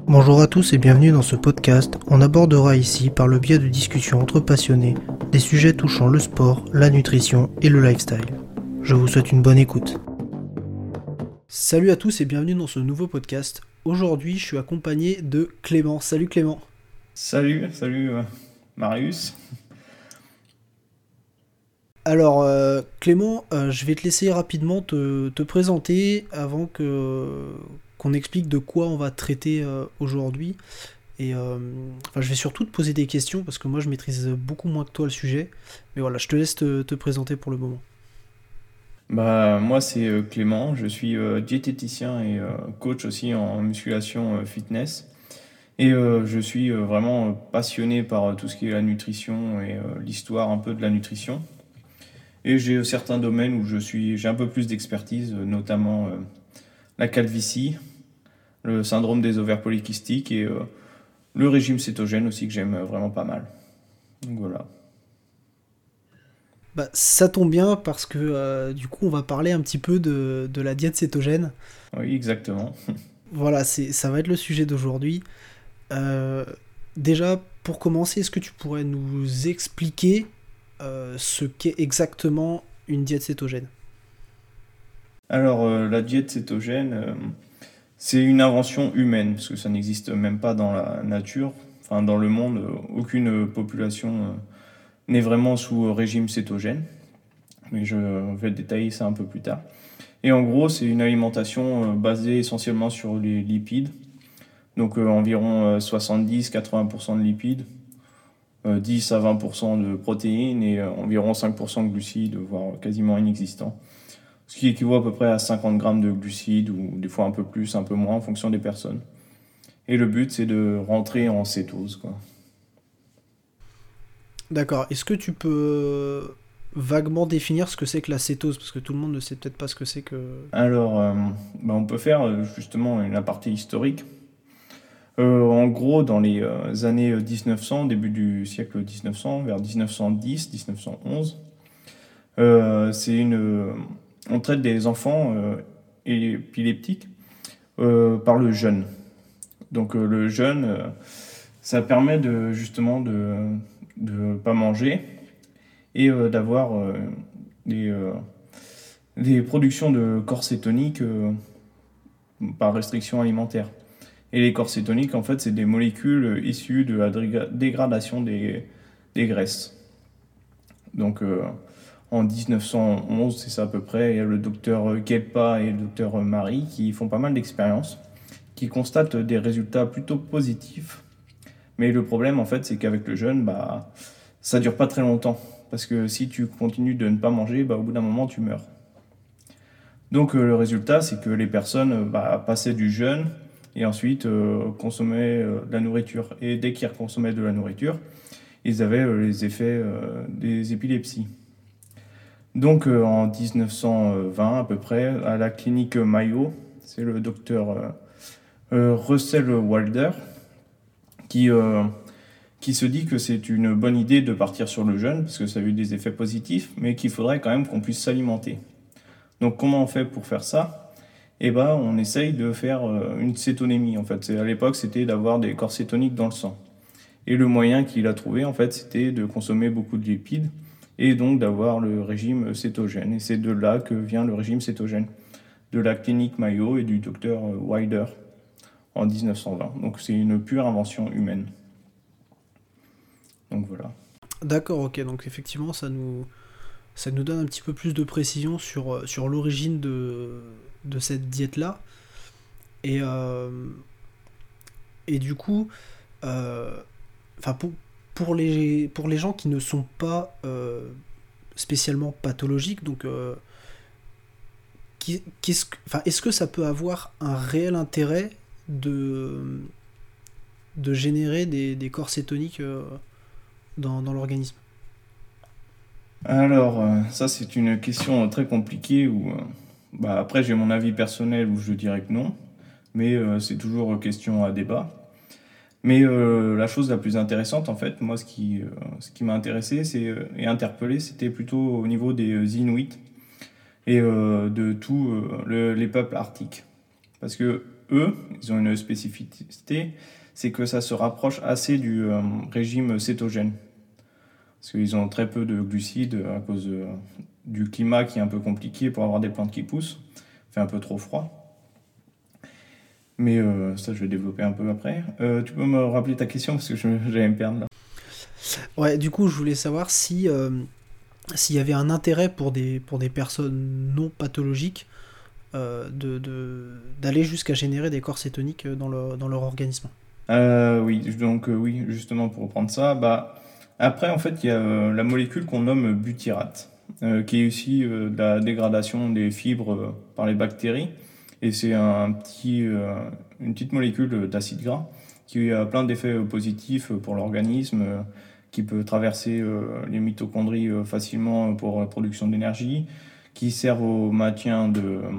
Bonjour à tous et bienvenue dans ce podcast. On abordera ici, par le biais de discussions entre passionnés, des sujets touchant le sport, la nutrition et le lifestyle. Je vous souhaite une bonne écoute. Salut à tous et bienvenue dans ce nouveau podcast. Aujourd'hui, je suis accompagné de Clément. Salut Clément. Salut Marius. Alors Clément, je vais te laisser rapidement te présenter avant qu'on explique de quoi on va traiter aujourd'hui. Et je vais surtout te poser des questions parce que moi je maîtrise beaucoup moins que toi le sujet. Mais voilà, je te laisse te présenter pour le moment. Moi c'est Clément, je suis diététicien et coach aussi en musculation fitness. Et je suis vraiment passionné par tout ce qui est la nutrition et l'histoire un peu de la nutrition. Et j'ai certains domaines où j'ai un peu plus d'expertise, notamment la calvitie, le syndrome des ovaires polykystiques et le régime cétogène aussi que j'aime vraiment pas mal. Donc voilà. Bah, ça tombe bien parce que du coup on va parler un petit peu de la diète cétogène. Oui, exactement. Voilà, ça va être le sujet d'aujourd'hui. Euh, Déjà, pour commencer, est-ce que tu pourrais nous expliquer ce qu'est exactement une diète cétogène? Alors la diète cétogène, c'est une invention humaine, parce que ça n'existe même pas dans la nature. Enfin, dans le monde, aucune population n'est vraiment sous régime cétogène. Mais je vais détailler ça un peu plus tard. Et en gros, c'est une alimentation basée essentiellement sur les lipides. Donc environ 70-80% de lipides, 10 à 20% de protéines et environ 5% de glucides, voire quasiment inexistants. Ce qui équivaut à peu près à 50 grammes de glucides ou des fois un peu plus, un peu moins en fonction des personnes. Et le but, c'est de rentrer en cétose, quoi. D'accord. Est-ce que tu peux vaguement définir ce que c'est que la cétose? Parce que tout le monde ne sait peut-être pas ce que c'est que... Alors, on peut faire justement une aparté historique. En gros, dans les années 1900, début du siècle 1900, vers 1910, 1911, on traite des enfants épileptiques par le jeûne. Donc le jeûne, ça permet de justement de pas manger et d'avoir des, euh, des productions de corps cétoniques par restriction alimentaire. Et les corps cétoniques, en fait, c'est des molécules issues de la dégradation des graisses. Donc en 1911, c'est ça à peu près, il y a le docteur Kelpa et le docteur Marie qui font pas mal d'expériences, qui constatent des résultats plutôt positifs. Mais le problème, en fait, c'est qu'avec le jeûne, ça dure pas très longtemps. Parce que si tu continues de ne pas manger, au bout d'un moment, tu meurs. Donc le résultat, c'est que les personnes passaient du jeûne et ensuite consommaient de la nourriture. Et dès qu'ils consommaient de la nourriture, ils avaient les effets des épilepsies. Donc en 1920 à peu près, à la clinique Mayo, c'est le docteur Russell Wilder qui, euh, qui se dit que c'est une bonne idée de partir sur le jeûne, parce que ça a eu des effets positifs, mais qu'il faudrait quand même qu'on puisse s'alimenter. Donc comment on fait pour faire ça? On essaye de faire une cétonémie. En fait, à l'époque, c'était d'avoir des corps cétoniques dans le sang. Et le moyen qu'il a trouvé, en fait, c'était de consommer beaucoup de lipides et donc d'avoir le régime cétogène. Et c'est de là que vient le régime cétogène, de la clinique Mayo et du docteur Wilder en 1920. Donc c'est une pure invention humaine. Donc voilà. D'accord, ok. Donc effectivement, ça nous donne un petit peu plus de précision sur l'origine de cette diète-là. Et, euh, et du coup, euh, pour les gens qui ne sont pas spécialement pathologiques, donc est-ce que ça peut avoir un réel intérêt de, de générer des corps cétoniques dans l'organisme? Alors, ça c'est une question très compliquée où, après j'ai mon avis personnel où je dirais que non, mais c'est toujours question à débat. Mais la chose la plus intéressante, en fait, moi, ce qui m'a intéressé et interpellé, c'était plutôt au niveau des Inuits et de tous les peuples arctiques. Parce que eux, ils ont une spécificité, c'est que ça se rapproche assez du régime cétogène. Parce qu'ils ont très peu de glucides à cause du climat qui est un peu compliqué pour avoir des plantes qui poussent. Il fait un peu trop froid. Mais ça, je vais développer un peu après. Tu peux me rappeler ta question parce que j'allais me perdre là. Ouais, du coup, je voulais savoir si s'il y avait un intérêt pour des personnes non pathologiques d'aller jusqu'à générer des corps cétoniques dans leur organisme. Oui, donc oui, justement pour reprendre ça, après en fait il y a la molécule qu'on nomme butyrate, qui est aussi de la dégradation des fibres par les bactéries, et c'est une petite molécule d'acide gras qui a plein d'effets positifs pour l'organisme, qui peut traverser les mitochondries facilement pour la production d'énergie, qui sert au maintien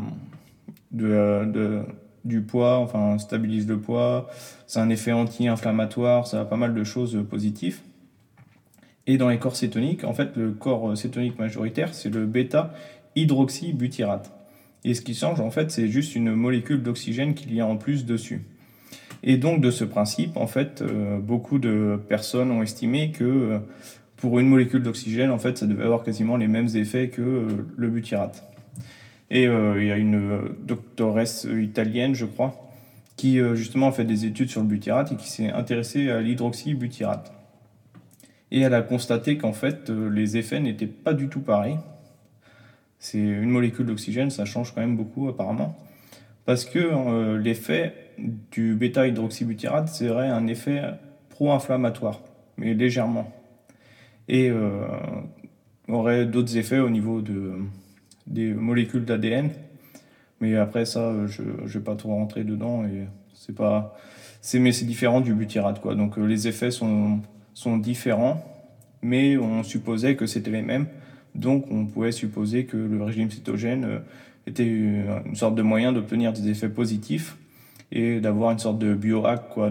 du poids, enfin stabilise le poids, c'est un effet anti-inflammatoire, ça a pas mal de choses positives. Et dans les corps cétoniques, en fait, le corps cétonique majoritaire, c'est le bêta-hydroxybutyrate. Et ce qui change, en fait, c'est juste une molécule d'oxygène qu'il y a en plus dessus. Et donc, de ce principe, en fait, beaucoup de personnes ont estimé que pour une molécule d'oxygène, en fait, ça devait avoir quasiment les mêmes effets que le butyrate. Et il y a une doctoresse italienne, je crois, qui justement a fait des études sur le butyrate et qui s'est intéressée à l'hydroxybutyrate. Et elle a constaté qu'en fait, les effets n'étaient pas du tout pareils. C'est une molécule d'oxygène, ça change quand même beaucoup apparemment. Parce que l'effet du bêta-hydroxybutyrate serait un effet pro-inflammatoire, mais légèrement. Et aurait d'autres effets au niveau des molécules d'ADN. Mais après ça, je ne vais pas trop rentrer dedans. Et mais c'est différent du butyrate, quoi. Donc les effets sont différents, mais on supposait que c'était les mêmes. Donc on pouvait supposer que le régime cétogène était une sorte de moyen d'obtenir des effets positifs et d'avoir une sorte de biohack, quoi,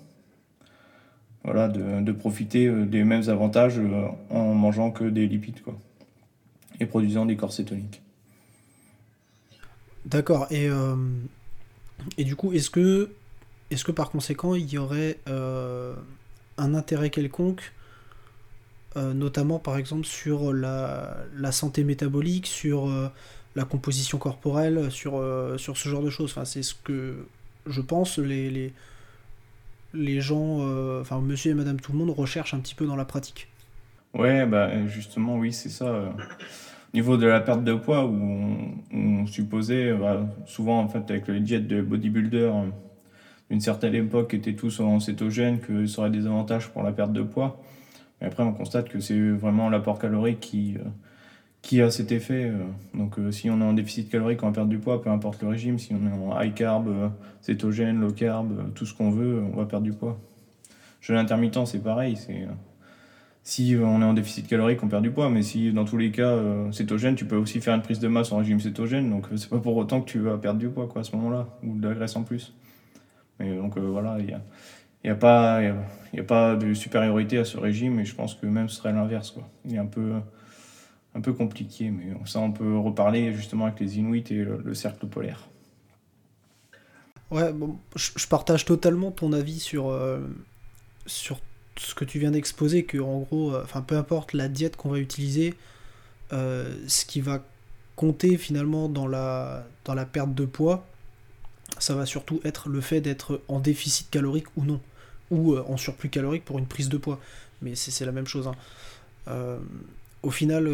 de profiter des mêmes avantages en mangeant que des lipides, quoi, et produisant des corps cétoniques. D'accord. Et du coup, est-ce que par conséquent, il y aurait un intérêt quelconque, notamment par exemple sur la santé métabolique, sur la composition corporelle, sur ce genre de choses. Enfin, c'est ce que je pense les gens, enfin monsieur et madame tout le monde recherchent un petit peu dans la pratique. Ouais, justement, oui, c'est ça. Au niveau de la perte de poids, où on supposait, souvent en fait avec les diètes de bodybuilders d'une certaine époque qui étaient tous en cétogène, que ça aurait des avantages pour la perte de poids. Mais après, on constate que c'est vraiment l'apport calorique qui a cet effet. Donc si on est en déficit calorique, on va perdre du poids, peu importe le régime. Si on est en high carb, cétogène, low carb, tout ce qu'on veut, on va perdre du poids. Jeûne intermittent, c'est pareil. Si on est en déficit calorique, on perd du poids, mais si dans tous les cas, cétogène, tu peux aussi faire une prise de masse en régime cétogène, donc c'est pas pour autant que tu vas perdre du poids, quoi, à ce moment-là, ou de la graisse en plus. Mais donc voilà, il y a pas de supériorité à ce régime, et je pense que même ce serait l'inverse, quoi. Il est un peu compliqué, mais ça on peut reparler justement avec les Inuits et le cercle polaire. Ouais, bon, je partage totalement ton avis sur ce que tu viens d'exposer, que en gros, enfin peu importe la diète qu'on va utiliser, ce qui va compter finalement dans la perte de poids, ça va surtout être le fait d'être en déficit calorique ou non, ou en surplus calorique pour une prise de poids. Mais c'est la même chose, hein. Au final,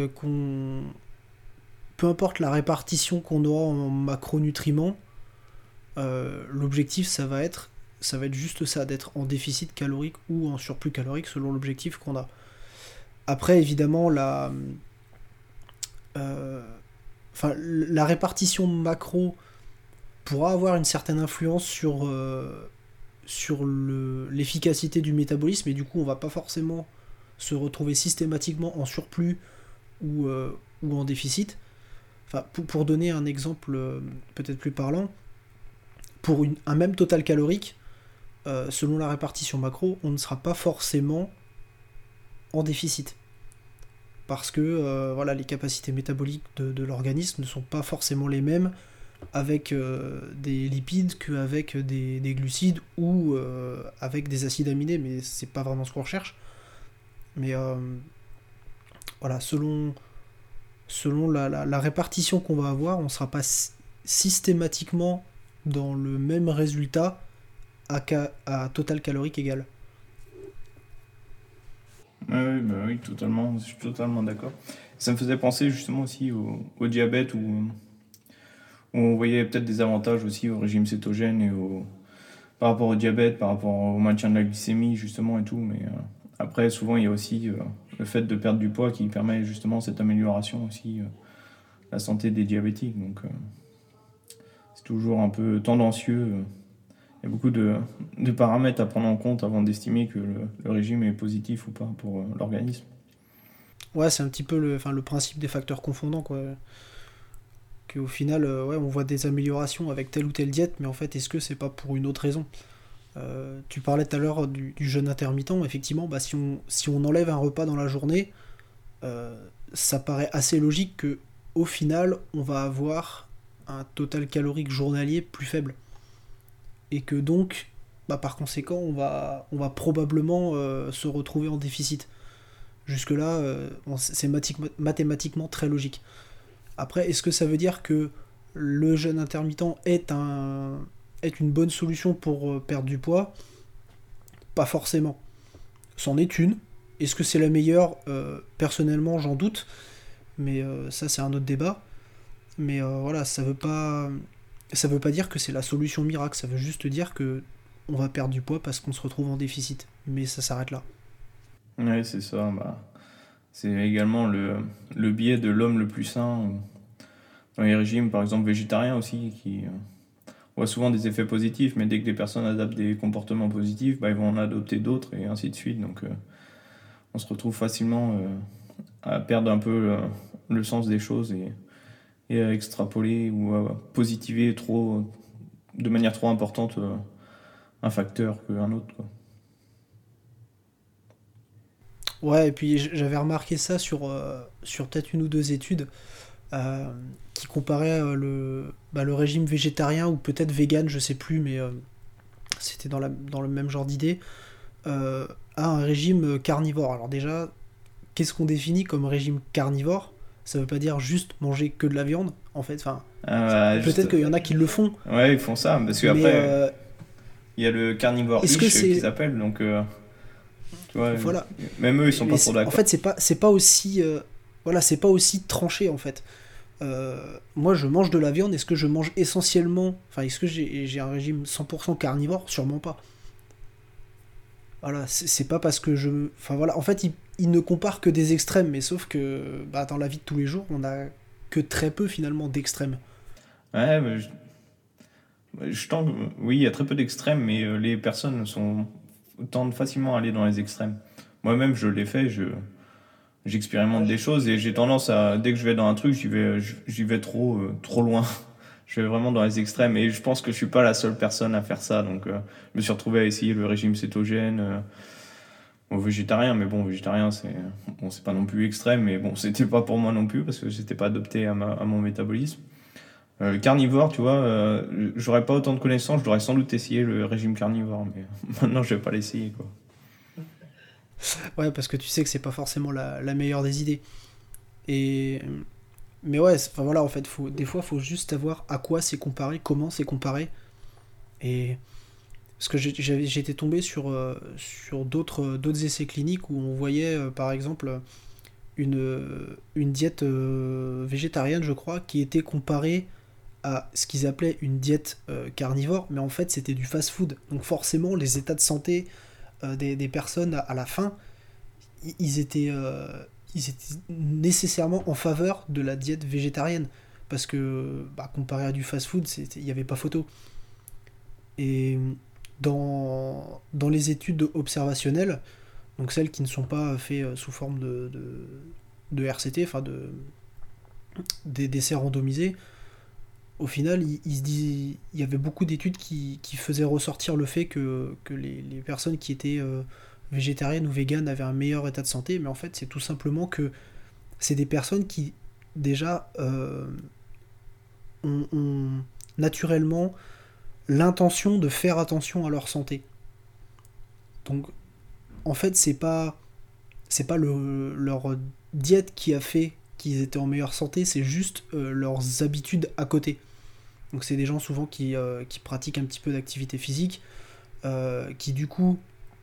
peu importe la répartition qu'on aura en macronutriments, l'objectif ça va être juste ça, d'être en déficit calorique ou en surplus calorique selon l'objectif qu'on a. Après, évidemment, la répartition macro pourra avoir une certaine influence sur l'efficacité du métabolisme, et du coup, on va pas forcément se retrouver systématiquement en surplus ou en déficit. Enfin, pour donner un exemple peut-être plus parlant, pour un même total calorique, selon la répartition macro, on ne sera pas forcément en déficit. Parce que voilà, les capacités métaboliques de l'organisme ne sont pas forcément les mêmes avec des lipides qu'avec des glucides ou avec des acides aminés, mais c'est pas vraiment ce qu'on recherche. Mais voilà, selon la répartition qu'on va avoir, on sera pas systématiquement dans le même résultat à total calorique égal. Oui, bah oui, totalement, je suis totalement d'accord. Ça me faisait penser justement aussi au diabète où on voyait peut-être des avantages aussi au régime cétogène par rapport au diabète, par rapport au maintien de la glycémie justement et tout. Mais après, souvent, il y a aussi le fait de perdre du poids qui permet justement cette amélioration aussi de la santé des diabétiques. Donc c'est toujours un peu tendancieux. Il y a beaucoup de paramètres à prendre en compte avant d'estimer que le régime est positif ou pas pour l'organisme. Ouais, c'est un petit peu le principe des facteurs confondants, quoi. Qu'au final, ouais, on voit des améliorations avec telle ou telle diète, mais en fait, est-ce que c'est pas pour une autre raison? Tu parlais tout à l'heure du jeûne intermittent, effectivement, bah, si on enlève un repas dans la journée, ça paraît assez logique que au final, on va avoir un total calorique journalier plus faible. Et que donc, bah, par conséquent, on va probablement se retrouver en déficit. Jusque-là, c'est mathématiquement très logique. Après, est-ce que ça veut dire que le jeûne intermittent est une bonne solution pour perdre du poids? Pas forcément. C'en est une. Est-ce que c'est la meilleure? Personnellement, j'en doute. Mais ça, c'est un autre débat. Mais voilà, ça veut pas dire que c'est la solution miracle. Ça veut juste dire que on va perdre du poids parce qu'on se retrouve en déficit. Mais ça s'arrête là. Oui, c'est ça. Bah, c'est également le biais de l'homme le plus sain dans les régimes, par exemple végétariens aussi, qui voient souvent des effets positifs, mais dès que les personnes adaptent des comportements positifs, bah, ils vont en adopter d'autres et ainsi de suite. Donc on se retrouve facilement à perdre un peu le sens des choses et à extrapoler ou à positiver de manière trop importante un facteur qu'un autre, quoi. Ouais, et puis j'avais remarqué ça sur peut-être une ou deux études euh, qui comparaient le régime végétarien ou peut-être vegan, je sais plus, mais c'était dans le même genre d'idée, euh, à un régime carnivore. Alors déjà, qu'est-ce qu'on définit comme régime carnivore? Ça veut pas dire juste manger que de la viande, en fait. Enfin, Juste, peut-être qu'il y en a qui le font, ouais, ils font ça, parce mais qu'après, il y a le est-ce que carnivore-ish qu'ils c'est... appellent, donc tu vois, Voilà. même eux, ils sont Mais pas trop en d'accord. fait, c'est pas aussi... voilà, c'est pas aussi tranché, en fait. Moi, je mange de la viande. Est-ce que je mange essentiellement... Enfin, est-ce que j'ai un régime 100% carnivore? Sûrement pas. Voilà, c'est pas parce que je... Enfin, voilà, en fait, il ne compare que des extrêmes, mais sauf que bah, dans la vie de tous les jours, on a que très peu, finalement, d'extrêmes. Ouais, mais je tente, oui, il y a très peu d'extrêmes, mais les personnes tendent facilement à aller dans les extrêmes. Moi-même, je l'ai fait, j'expérimente des choses et j'ai tendance à, dès que je vais dans un truc, j'y vais trop loin. Je vais vraiment dans les extrêmes et je pense que je suis pas la seule personne à faire ça. Donc, je me suis retrouvé à essayer le régime cétogène au végétarien, mais bon, végétarien, c'est pas non plus extrême, mais bon, c'était pas pour moi non plus parce que j'étais pas adopté à mon métabolisme. Carnivore, tu vois, j'aurais pas autant de connaissances, j'aurais sans doute essayé le régime carnivore, mais maintenant je vais pas l'essayer, quoi. Ouais, parce que tu sais que c'est pas forcément la meilleure des idées. Et... Mais ouais, enfin voilà, en fait, des fois, faut juste savoir à quoi c'est comparé, comment c'est comparé. Et parce que j'étais tombé sur d'autres essais cliniques où on voyait, par exemple, une diète végétarienne, je crois, qui était comparée à ce qu'ils appelaient une diète carnivore, mais en fait, c'était du fast-food. Donc forcément, les états de santé des personnes à la fin, ils étaient, ils étaient nécessairement en faveur de la diète végétarienne. Parce que, bah, comparé à du fast-food, il n'y avait pas photo. Et dans les études observationnelles, donc celles qui ne sont pas faites sous forme de RCT, enfin d'essais randomisés, au final, il y avait beaucoup d'études qui faisaient ressortir le fait que les personnes qui étaient végétariennes ou véganes avaient un meilleur état de santé, mais en fait, c'est tout simplement que c'est des personnes qui, déjà, ont naturellement l'intention de faire attention à leur santé. Donc, en fait, c'est pas leur diète qui a fait qu'ils étaient en meilleure santé, c'est juste leurs habitudes à côté. Donc, c'est des gens souvent qui pratiquent un petit peu d'activité physique, qui du coup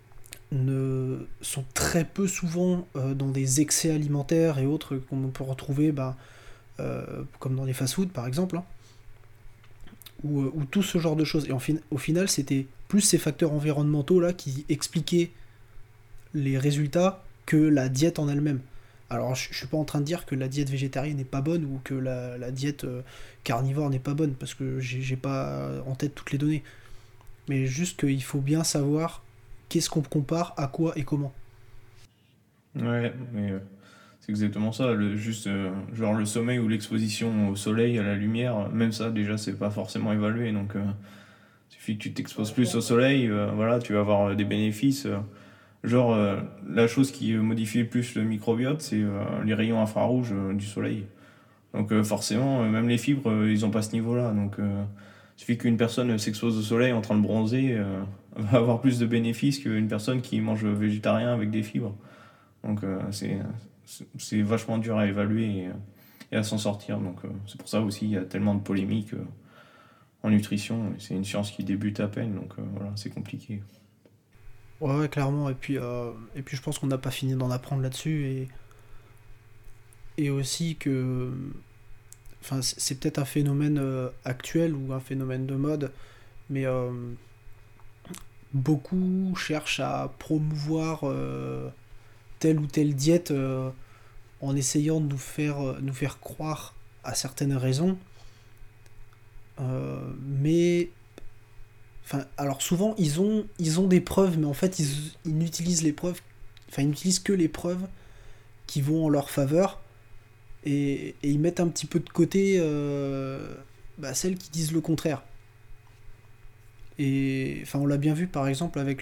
sont très peu souvent dans des excès alimentaires et autres qu'on peut retrouver comme dans les fast-food par exemple, hein, ou tout ce genre de choses. Et au final, c'était plus ces facteurs environnementaux là qui expliquaient les résultats que la diète en elle-même. Alors je suis pas en train de dire que la diète végétarienne n'est pas bonne ou que la diète carnivore n'est pas bonne, parce que j'ai pas en tête toutes les données. Mais juste qu'il faut bien savoir qu'est-ce qu'on compare à quoi et comment. Ouais, mais c'est exactement ça. Juste, genre le sommeil ou l'exposition au soleil, à la lumière, même ça, déjà, c'est pas forcément évalué. Donc, il suffit que tu t'exposes plus au soleil, voilà, tu vas avoir des bénéfices. Genre, la chose qui modifie le plus le microbiote, c'est les rayons infrarouges du soleil. Donc, forcément, même les fibres, ils ont pas ce niveau-là. Donc, il suffit qu'une personne s'expose au soleil en train de bronzer, va avoir plus de bénéfices qu'une personne qui mange végétarien avec des fibres. Donc c'est vachement dur à évaluer et à s'en sortir. Donc c'est pour ça aussi il y a tellement de polémiques en nutrition. C'est une science qui débute à peine, donc voilà, c'est compliqué. Ouais, ouais, clairement. Et puis je pense qu'on n'a pas fini d'en apprendre là-dessus. Et aussi que. Enfin, c'est peut-être un phénomène actuel ou un phénomène de mode, mais beaucoup cherchent à promouvoir telle ou telle diète en essayant de nous faire croire à certaines raisons. Mais. Enfin, alors souvent, ils ont des preuves, mais en fait, ils n'utilisent les preuves. Enfin, ils n'utilisent que les preuves qui vont en leur faveur. Et ils mettent un petit peu de côté celles qui disent le contraire. Et enfin, on l'a bien vu par exemple avec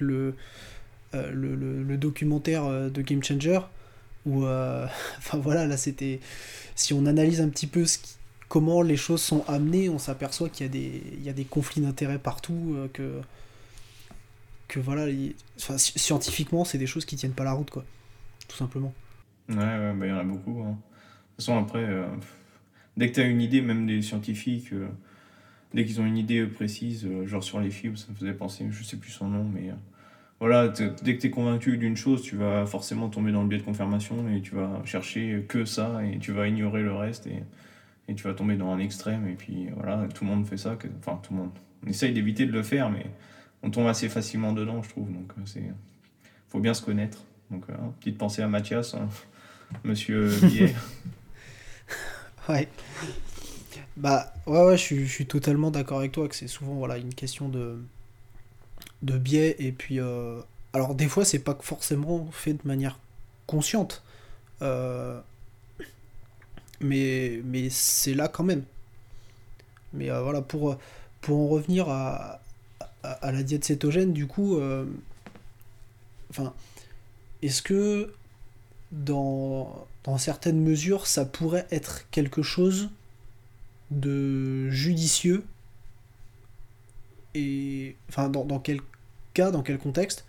le documentaire de Game Changer, où enfin voilà, là c'était. Si on analyse un petit peu comment les choses sont amenées, on s'aperçoit il y a des conflits d'intérêts partout, que voilà, enfin, scientifiquement, c'est des choses qui tiennent pas la route, quoi, tout simplement. Ouais, ouais, bah, il y en a beaucoup, hein. De toute façon, après, dès que tu as une idée, même les scientifiques, dès qu'ils ont une idée précise, genre sur les fibres, ça me faisait penser, je sais plus son nom, mais voilà, dès que tu es convaincu d'une chose, tu vas forcément tomber dans le biais de confirmation et tu vas chercher que ça et tu vas ignorer le reste et tu vas tomber dans un extrême. Et puis voilà, tout le monde fait ça, enfin tout le monde. On essaye d'éviter de le faire, mais on tombe assez facilement dedans, je trouve. Donc faut bien se connaître. Donc petite pensée à Mathias, hein, monsieur Billet. Ouais. Bah ouais, ouais, je suis totalement d'accord avec toi que c'est souvent voilà une question de biais. Et puis alors des fois c'est pas forcément fait de manière consciente, euh, mais c'est là quand même. Mais voilà, pour en revenir à la diète cétogène, du coup, enfin, est-ce que dans certaines mesures, ça pourrait être quelque chose de judicieux, et enfin, dans quel cas, dans quel contexte,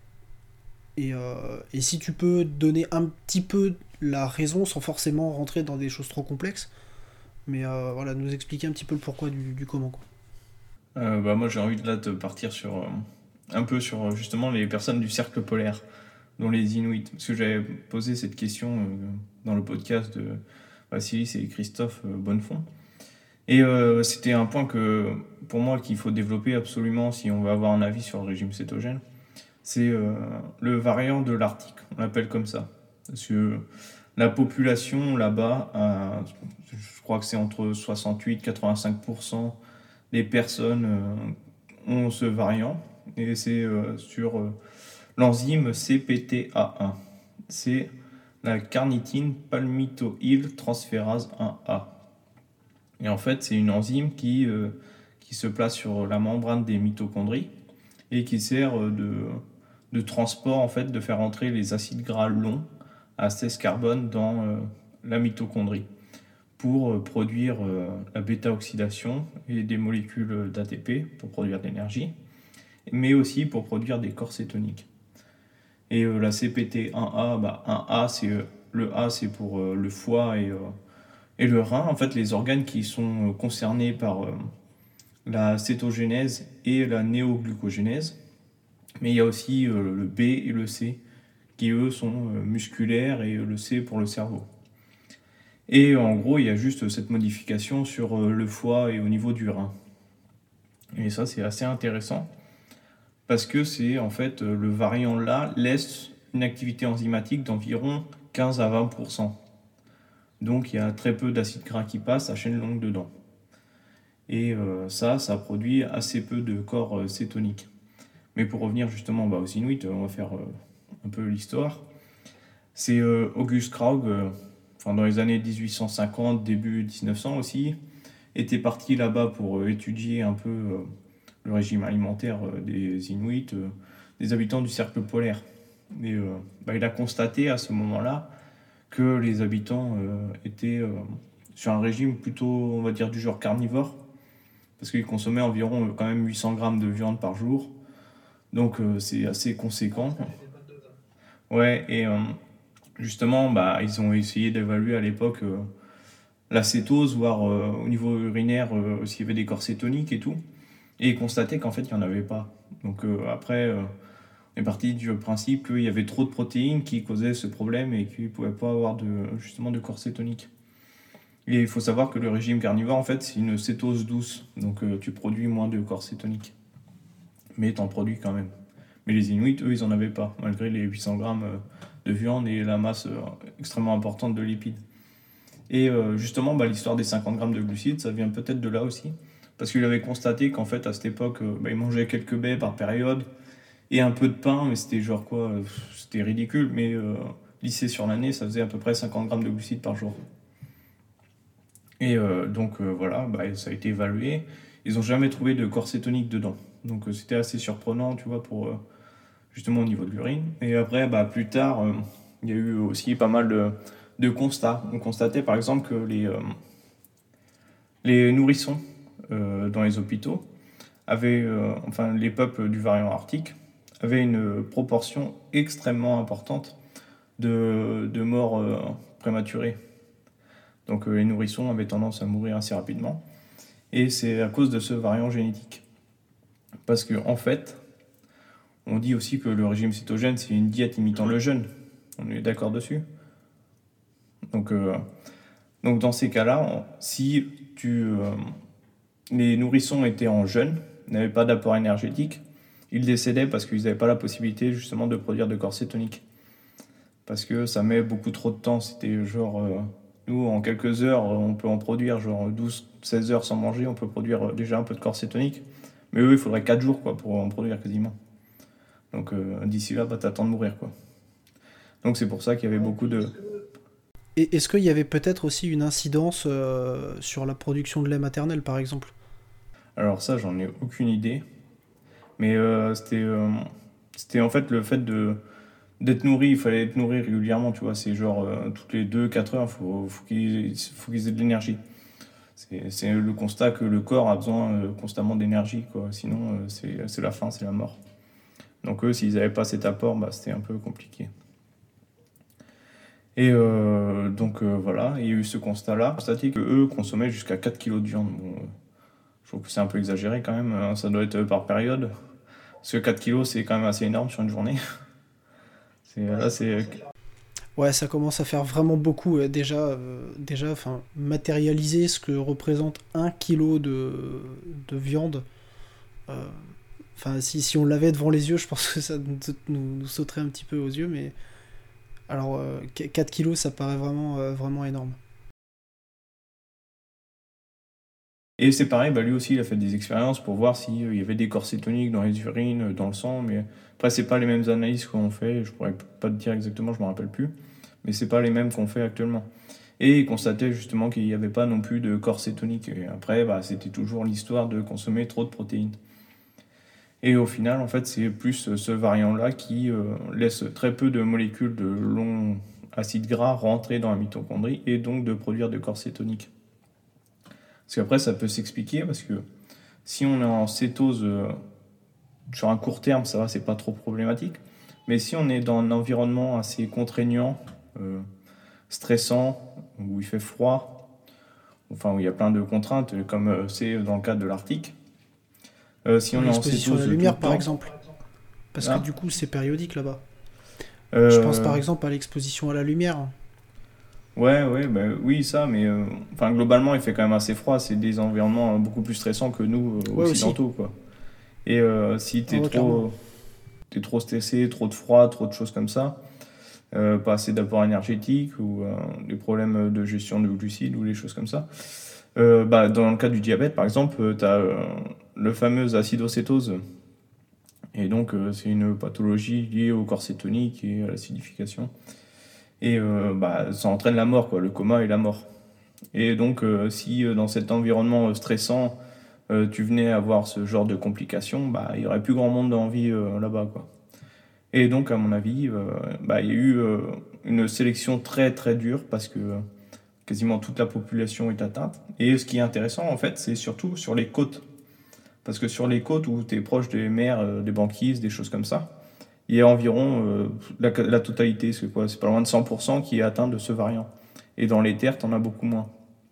et si tu peux donner un petit peu la raison sans forcément rentrer dans des choses trop complexes, mais voilà, nous expliquer un petit peu le pourquoi du comment, quoi. Bah, moi, j'ai envie de là de partir sur un peu sur justement les personnes du cercle polaire, dont les Inuits. Parce que j'avais posé cette question dans le podcast de Vassilis et Christophe Bonnefond. Et c'était un point que, pour moi, qu'il faut développer absolument si on veut avoir un avis sur le régime cétogène. C'est le variant de l'Arctique, on l'appelle comme ça. Parce que la population là-bas, je crois que c'est entre 68 et 85% des personnes ont ce variant. Et c'est sur l'enzyme CPTA1. C'est la carnitine palmitoyl transférase 1A. Et en fait, c'est une enzyme qui se place sur la membrane des mitochondries et qui sert de transport, en fait, de faire entrer les acides gras longs à 16 carbone dans la mitochondrie pour produire la bêta-oxydation et des molécules d'ATP pour produire de l'énergie, mais aussi pour produire des corps cétoniques. Et la CPT1A, 1A, le A c'est pour le foie et le rein, en fait les organes qui sont concernés par la cétogénèse et la néoglucogénèse. Mais il y a aussi le B et le C, qui eux sont musculaires, et le C pour le cerveau. Et en gros, il y a juste cette modification sur le foie et au niveau du rein. Et ça, c'est assez intéressant, parce que c'est en fait le variant là laisse une activité enzymatique d'environ 15 à 20%. Donc il y a très peu d'acides gras qui passent à chaîne longue dedans. Et ça produit assez peu de corps cétoniques. Mais pour revenir justement aux Inuits, on va faire un peu l'histoire. C'est August Krog, dans les années 1850, début 1900 aussi, était parti là-bas pour étudier un peu le régime alimentaire des Inuits, des habitants du cercle polaire. Et il a constaté à ce moment-là que les habitants étaient sur un régime plutôt, on va dire, du genre carnivore, parce qu'ils consommaient environ quand même 800 grammes de viande par jour. Donc c'est assez conséquent. Ouais, et justement, ils ont essayé d'évaluer à l'époque la cétose, voir au niveau urinaire s'il y avait des corps cétoniques et tout. Et ils constataient qu'en fait, il n'y en avait pas. Donc après, on est parti du principe qu'il y avait trop de protéines qui causaient ce problème et qu'ils ne pouvaient pas avoir justement de corps cétoniques. Et il faut savoir que le régime carnivore, en fait, c'est une cétose douce. Donc tu produis moins de corps cétoniques. Mais t'en produis quand même. Mais les Inuits, eux, ils en avaient pas, malgré les 800 grammes de viande et la masse extrêmement importante de lipides. Et justement, l'histoire des 50 grammes de glucides, ça vient peut-être de là aussi, parce qu'il avait constaté qu'en fait, à cette époque, ils mangeaient quelques baies par période, et un peu de pain, mais c'était genre quoi, c'était ridicule, mais lissé sur l'année, ça faisait à peu près 50 grammes de glucides par jour. Et donc voilà, ça a été évalué. Ils n'ont jamais trouvé de corps cétonique dedans. Donc c'était assez surprenant, tu vois, pour justement au niveau de l'urine. Et après, plus tard, il y a eu aussi pas mal de constats. On constatait par exemple que les nourrissons dans les hôpitaux avaient, les peuples du variant arctique, avaient une proportion extrêmement importante de morts prématurées. Donc les nourrissons avaient tendance à mourir assez rapidement. Et c'est à cause de ce variant génétique. Parce qu'en fait, on dit aussi que le régime cétogène, c'est une diète imitant le jeûne. On est d'accord dessus. Donc dans ces cas-là, si les nourrissons étaient en jeûne, n'avaient pas d'apport énergétique, ils décédaient parce qu'ils n'avaient pas la possibilité justement de produire de corps cétoniques. Parce que ça met beaucoup trop de temps. C'était genre, nous, en quelques heures, on peut en produire genre 12-16 heures sans manger, on peut produire déjà un peu de corps cétonique. Mais eux, il faudrait 4 jours pour en produire quasiment. Donc d'ici là, t'attends de mourir, quoi. Donc c'est pour ça qu'il y avait beaucoup de... Et est-ce qu'il y avait peut-être aussi une incidence sur la production de lait maternel, par exemple ? Alors ça, j'en ai aucune idée. Mais c'était en fait le fait d'être nourri. Il fallait être nourri régulièrement, tu vois. C'est genre toutes les 2-4 heures, faut qu'ils aient de l'énergie. C'est le constat que le corps a besoin constamment d'énergie, quoi. Sinon, c'est la faim, c'est la mort. Donc eux, s'ils n'avaient pas cet apport, c'était un peu compliqué. Et donc voilà, il y a eu ce constat-là. Constaté qu'eux consommaient jusqu'à 4 kg de viande. Bon, je trouve que c'est un peu exagéré quand même, hein. Ça doit être par période. Parce que 4 kg, c'est quand même assez énorme sur une journée. Ouais, ça commence à faire vraiment beaucoup. Déjà, matérialiser ce que représente 1 kg de viande. Si on l'avait devant les yeux, je pense que ça nous sauterait un petit peu aux yeux, mais alors 4 kilos, ça paraît vraiment énorme. Et c'est pareil, lui aussi, il a fait des expériences pour voir s'il y avait des corps cétoniques dans les urines, dans le sang, mais après, c'est pas les mêmes analyses qu'on fait, je pourrais pas te dire exactement, je me rappelle plus, mais c'est pas les mêmes qu'on fait actuellement. Et il constatait justement qu'il n'y avait pas non plus de corps cétoniques. Et après, c'était toujours l'histoire de consommer trop de protéines. Et au final, en fait, c'est plus ce variant-là qui laisse très peu de molécules de long acides gras rentrer dans la mitochondrie et donc de produire des corps cétoniques. Parce qu'après, ça peut s'expliquer parce que si on est en cétose sur un court terme, ça va, c'est pas trop problématique. Mais si on est dans un environnement assez contraignant, stressant, où il fait froid, enfin où il y a plein de contraintes, comme c'est dans le cas de l'Arctique, si on est en L'exposition à cétose la tout lumière, le par temps, exemple. Parce ah, que du coup, c'est périodique là-bas. Je pense par euh, exemple à l'exposition à la lumière. ouais, bah, oui, ça, mais enfin, globalement, il fait quand même assez froid. C'est des environnements beaucoup plus stressants que nous, Ouais, aussi. occidentaux, quoi. Et si Ah ouais, clairement. t'es trop stressé, trop de froid, trop de choses comme ça, pas assez d'apport énergétique ou des problèmes de gestion de glucides ou des choses comme ça. Bah, dans le cas du diabète, par exemple, tu as le fameux acidocétose. Et donc, c'est une pathologie liée au corps cétonique et à l'acidification. Et bah, ça entraîne la mort, quoi, le coma et la mort. Et donc, si dans cet environnement stressant, tu venais avoir ce genre de complications, bah, il y aurait plus grand monde en vie là-bas, quoi. Et donc, à mon avis, bah, il y a eu une sélection très très dure parce que quasiment toute la population est atteinte. Et ce qui est intéressant, en fait, c'est surtout sur les côtes. Parce que sur les côtes où tu es proche des mers, des banquises, des choses comme ça, il y a environ la totalité, c'est quoi? C'est pas loin de 100% qui est atteint de ce variant. Et dans les terres, tu en as beaucoup moins.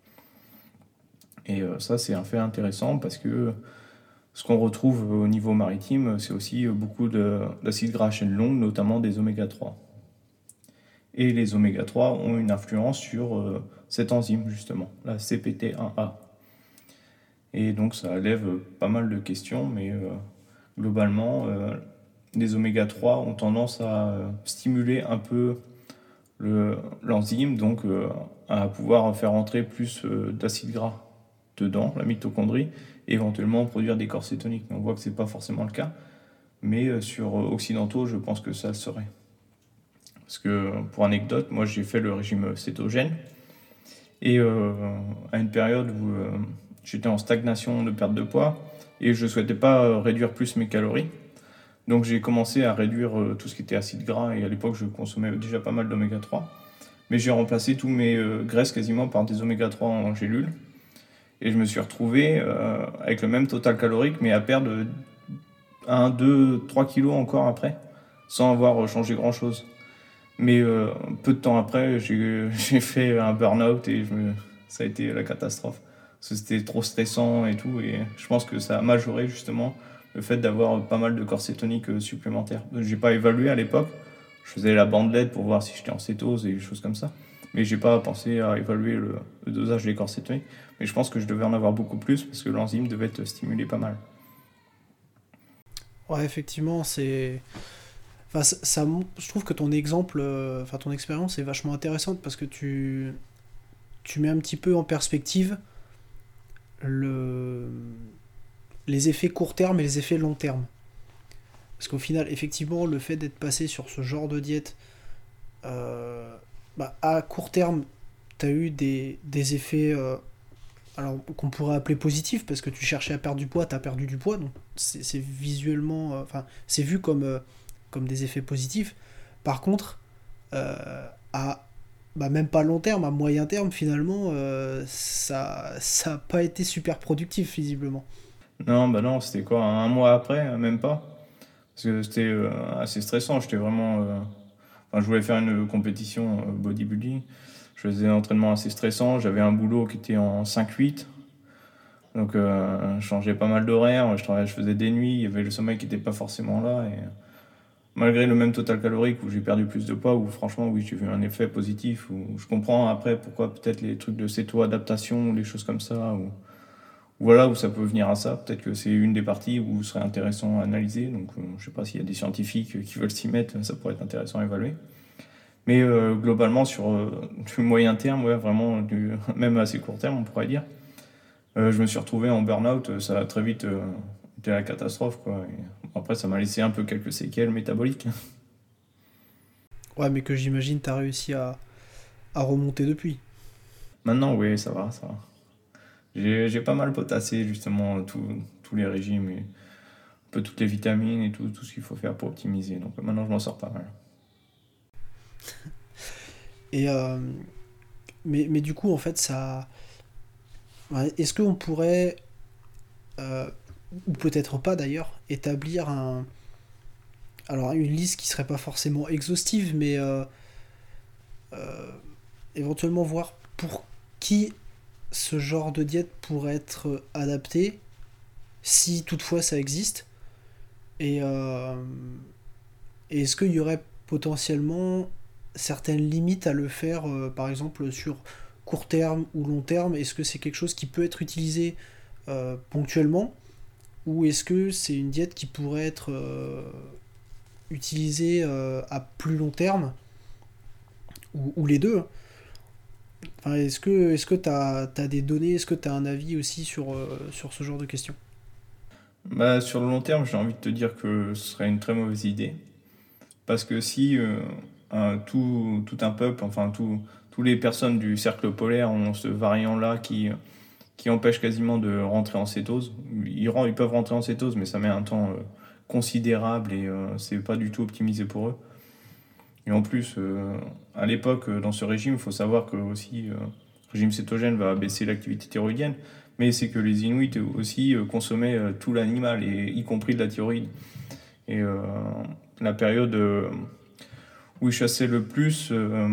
Et ça, c'est un fait intéressant parce que ce qu'on retrouve au niveau maritime, c'est aussi beaucoup d'acides gras à chaîne longue, notamment des oméga 3. Et les oméga 3 ont une influence sur cette enzyme, justement, la CPT1A. Et donc ça lève pas mal de questions, mais globalement, les oméga 3 ont tendance à stimuler un peu l'enzyme, donc à pouvoir faire entrer plus d'acides gras dedans, la mitochondrie, et éventuellement produire des corps cétoniques. Mais on voit que ce n'est pas forcément le cas, mais sur occidentaux, je pense que ça le serait. Parce que, pour anecdote, moi j'ai fait le régime cétogène, et à une période où j'étais en stagnation de perte de poids, et je ne souhaitais pas réduire plus mes calories. Donc j'ai commencé à réduire tout ce qui était acide gras, et à l'époque je consommais déjà pas mal d'oméga 3. Mais j'ai remplacé tous mes graisses quasiment par des oméga 3 en gélules. Et je me suis retrouvé avec le même total calorique, mais à perdre 1, 2, 3 kilos encore après, sans avoir changé grand chose. Mais peu de temps après, j'ai fait un burn-out et ça a été la catastrophe. Parce que c'était trop stressant et tout, et je pense que ça a majoré justement le fait d'avoir pas mal de corps cétoniques supplémentaires. J'ai pas évalué à l'époque, je faisais la bandelette pour voir si j'étais en cétose et des choses comme ça. Mais j'ai pas pensé à évaluer le dosage des corps cétoniques. Mais je pense que je devais en avoir beaucoup plus parce que l'enzyme devait être stimulée pas mal. Ouais, effectivement, c'est. Enfin, je trouve que ton exemple, enfin ton expérience est vachement intéressante parce que tu mets un petit peu en perspective le, les effets court terme et les effets long terme. Parce qu'au final, effectivement, le fait d'être passé sur ce genre de diète, euh, bah, à court terme, tu as eu des effets alors, qu'on pourrait appeler positifs parce que tu cherchais à perdre du poids, tu as perdu du poids, donc c'est visuellement, enfin, c'est vu comme des effets positifs. Par contre, à bah, même pas long terme, à moyen terme, finalement, ça a pas été super productif, visiblement. Non, bah non, c'était quoi, un mois après, même pas. Parce que c'était assez stressant. J'étais vraiment. Enfin, je voulais faire une compétition bodybuilding. Je faisais un entraînement assez stressant. J'avais un boulot qui était en 5-8. Donc, je changeais pas mal d'horaires. Je faisais des nuits. Il y avait le sommeil qui n'était pas forcément là. Et malgré le même total calorique où j'ai perdu plus de poids, où franchement, oui, j'ai vu un effet positif. Où je comprends après pourquoi peut-être les trucs de céto-adaptation ou les choses comme ça. Voilà où ça peut venir à ça. Peut-être que c'est une des parties où ce serait intéressant à analyser. Donc, je ne sais pas s'il y a des scientifiques qui veulent s'y mettre, ça pourrait être intéressant à évaluer. Mais globalement, sur du moyen terme, ouais, vraiment, même assez court terme, on pourrait dire, je me suis retrouvé en burn-out. Ça a très vite été la catastrophe, quoi. Et après, ça m'a laissé un peu quelques séquelles métaboliques. Ouais, mais que j'imagine t'as réussi à remonter depuis. Maintenant, oui, ça va, ça va. J'ai pas mal potassé, justement, tous les régimes, et un peu toutes les vitamines et tout ce qu'il faut faire pour optimiser. Donc maintenant, je m'en sors pas mal. Et, mais du coup, en fait, ça... Ouais, est-ce qu'on pourrait, euh, ou peut-être pas d'ailleurs, établir alors une liste qui serait pas forcément exhaustive, mais euh, éventuellement voir pour qui ce genre de diète pourrait être adapté, si toutefois ça existe, et, et est-ce qu'il y aurait potentiellement certaines limites à le faire, par exemple sur court terme ou long terme. Est-ce que c'est quelque chose qui peut être utilisé ponctuellement, ou est-ce que c'est une diète qui pourrait être utilisée à plus long terme, ou les deux. Enfin, est-ce que t'as des données, est-ce que t'as un avis aussi sur ce genre de questions? Bah, sur le long terme, j'ai envie de te dire que ce serait une très mauvaise idée. Parce que si tout un peuple, enfin tous les personnes du cercle polaire ont ce variant-là qui empêche quasiment de rentrer en cétose, ils peuvent rentrer en cétose, mais ça met un temps considérable et c'est pas du tout optimisé pour eux. Et en plus, à l'époque, dans ce régime, il faut savoir que aussi, le régime cétogène va baisser l'activité thyroïdienne, mais c'est que les Inuits aussi consommaient tout l'animal, et y compris de la thyroïde. Et la période où ils chassaient le plus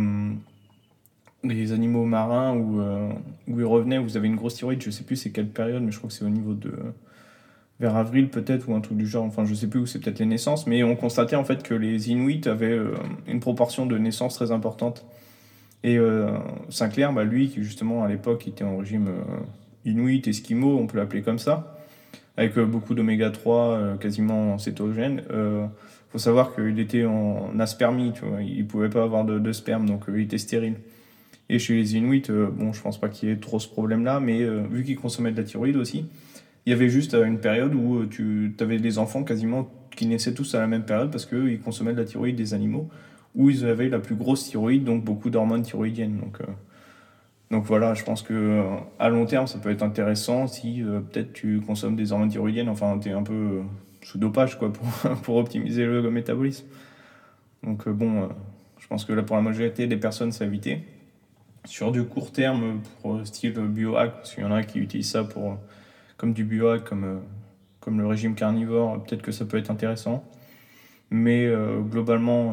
les animaux marins, où ils revenaient, vous avez une grosse thyroïde, je sais plus c'est quelle période, mais je crois que c'est au niveau de vers avril peut-être, ou un truc du genre, enfin je sais plus, où c'est peut-être les naissances, mais on constatait en fait que les Inuits avaient une proportion de naissances très importante. Et Sinclair, bah, lui qui justement à l'époque était en régime Inuit, Esquimau, on peut l'appeler comme ça, avec beaucoup d'oméga 3 quasiment cétogène. Faut savoir qu'il était en aspermie, tu vois, il pouvait pas avoir de sperme, donc il était stérile. Et chez les Inuits, bon, je pense pas qu'il y ait trop ce problème-là, mais vu qu'ils consommaient de la thyroïde aussi, il y avait juste une période où tu avais des enfants quasiment qui naissaient tous à la même période parce qu'ils consommaient de la thyroïde des animaux, où ils avaient la plus grosse thyroïde, donc beaucoup d'hormones thyroïdiennes. Donc voilà, je pense que à long terme, ça peut être intéressant si peut-être tu consommes des hormones thyroïdiennes, enfin tu es un peu sous dopage quoi, pour optimiser le métabolisme. Donc je pense que là pour la majorité des personnes, c'est à éviter. Sur du court terme, pour style biohack, parce qu'il y en a qui utilisent ça pour, comme du biohack, comme le régime carnivore, peut-être que ça peut être intéressant. Mais globalement,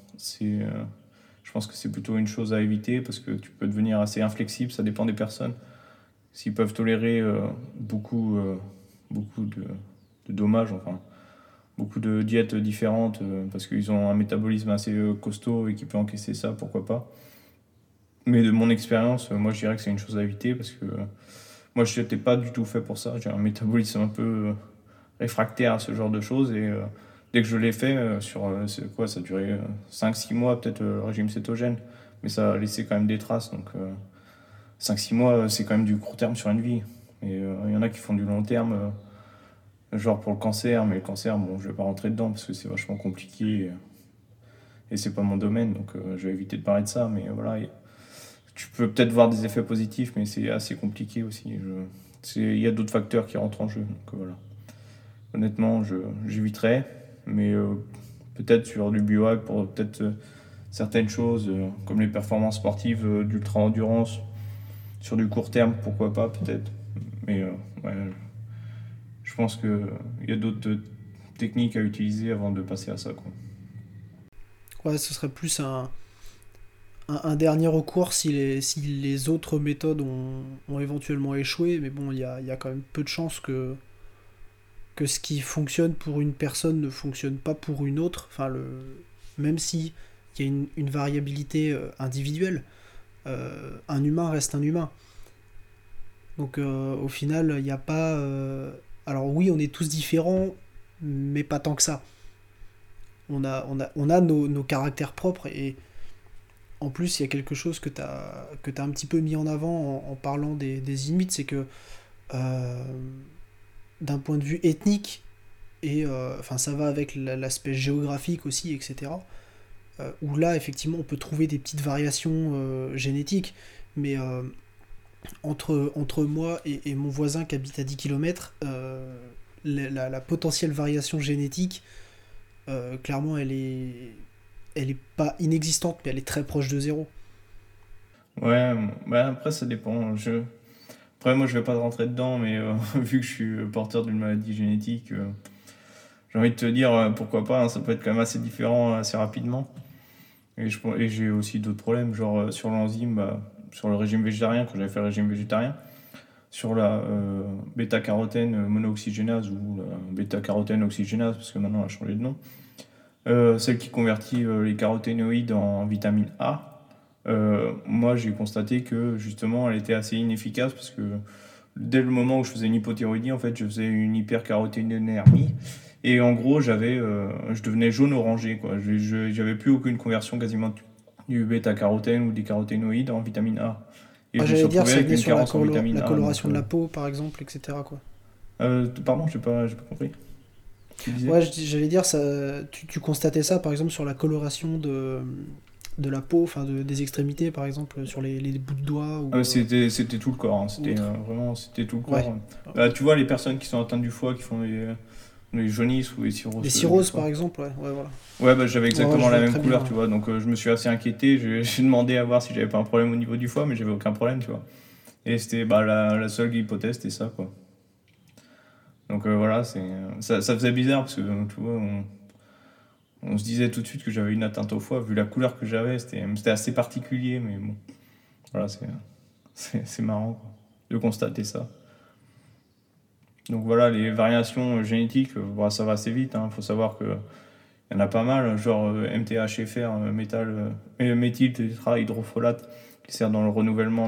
je pense que c'est plutôt une chose à éviter parce que tu peux devenir assez inflexible, ça dépend des personnes. S'ils peuvent tolérer beaucoup de dommages, enfin, beaucoup de diètes différentes parce qu'ils ont un métabolisme assez costaud et qui peut encaisser ça, pourquoi pas. Mais de mon expérience, moi je dirais que c'est une chose à éviter parce que moi je n'étais pas du tout fait pour ça. J'ai un métabolisme un peu réfractaire à ce genre de choses et dès que je l'ai fait, c'est quoi, ça a duré 5-6 mois peut-être le régime cétogène, mais ça a laissé quand même des traces. Donc 5-6 mois, c'est quand même du court terme sur une vie. Et il y en a qui font du long terme, genre pour le cancer, mais le cancer, bon, je vais pas rentrer dedans parce que c'est vachement compliqué et c'est pas mon domaine, donc je vais éviter de parler de ça. Mais voilà, tu peux peut-être voir des effets positifs, mais c'est assez compliqué aussi. Il y a d'autres facteurs qui rentrent en jeu. Donc voilà. Honnêtement, j'éviterais, mais peut-être sur du biohack pour peut-être certaines choses, comme les performances sportives d'ultra-endurance, sur du court terme, pourquoi pas, peut-être. Mais ouais, je pense qu'il y a d'autres techniques à utiliser avant de passer à ça, quoi. Ouais, ce serait plus un dernier recours si les autres méthodes ont éventuellement échoué, mais bon, il y a quand même peu de chances que ce qui fonctionne pour une personne ne fonctionne pas pour une autre. Enfin, même si il y a une variabilité individuelle, un humain reste un humain. Donc au final, il n'y a pas... alors oui, on est tous différents, mais pas tant que ça. On a nos caractères propres, et en plus, il y a quelque chose que t'as un petit peu mis en avant en parlant des Inuits, c'est que euh, d'un point de vue ethnique, et enfin ça va avec l'aspect géographique aussi, etc. Où là, effectivement, on peut trouver des petites variations génétiques, mais entre moi et mon voisin qui habite à 10 km, la potentielle variation génétique, clairement, elle est pas inexistante, mais elle est très proche de zéro. Ouais, bah après ça dépend. Après moi je vais pas rentrer dedans, mais vu que je suis porteur d'une maladie génétique, j'ai envie de te dire pourquoi pas, hein, ça peut être quand même assez différent assez rapidement. Et j'ai aussi d'autres problèmes, genre sur l'enzyme, sur le régime végétarien, quand j'avais fait le régime végétarien, sur la bêta-carotène monooxygénase ou la bêta-carotène oxygénase, parce que maintenant elle a changé de nom, celle qui convertit les caroténoïdes en vitamine A. Moi j'ai constaté que justement elle était assez inefficace parce que dès le moment où je faisais une hypothyroïdie, en fait je faisais une hypercaroténémie. Et en gros, je devenais jaune orangé, quoi. J'avais plus aucune conversion quasiment du bêta-carotène ou des caroténoïdes en vitamine A. Et Moi, je me suis j'allais dire, retrouvé ça avec venait une sur carence en vitamine la A. Donc, coloration de la peau, par exemple, etc., quoi. pardon, j'ai pas compris. Tu disais? Ouais, j'allais dire, ça, tu constatais ça, par exemple, sur la coloration de la peau, enfin, des extrémités, par exemple, sur les bouts de doigts ou, C'était tout le corps, hein. ou autre. C'était tout le Ouais. corps. Tu vois, les personnes qui sont atteintes du foie, qui font les jaunisses ou les Les cirrhoses du cirrhoses, foie. par exemple, ouais, ouais, voilà. Ouais, j'avais Ouais, ouais, exactement je la vois même très bien, couleur, ouais. tu vois. Donc, je me suis assez inquiété. J'ai demandé à voir si j'avais pas un problème au niveau du foie, mais j'avais aucun problème, tu vois. Et c'était la seule hypothèse, c'était ça, quoi. Donc voilà, ça faisait bizarre parce que tu vois, on se disait tout de suite que j'avais une atteinte au foie, vu la couleur que j'avais, c'était assez particulier, mais bon, voilà, c'est marrant quoi, de constater ça. Donc voilà, les variations génétiques, ça va assez vite, hein. Faut savoir que il y en a pas mal, genre MTHFR, méthyltétrahydrofolate, qui sert dans le renouvellement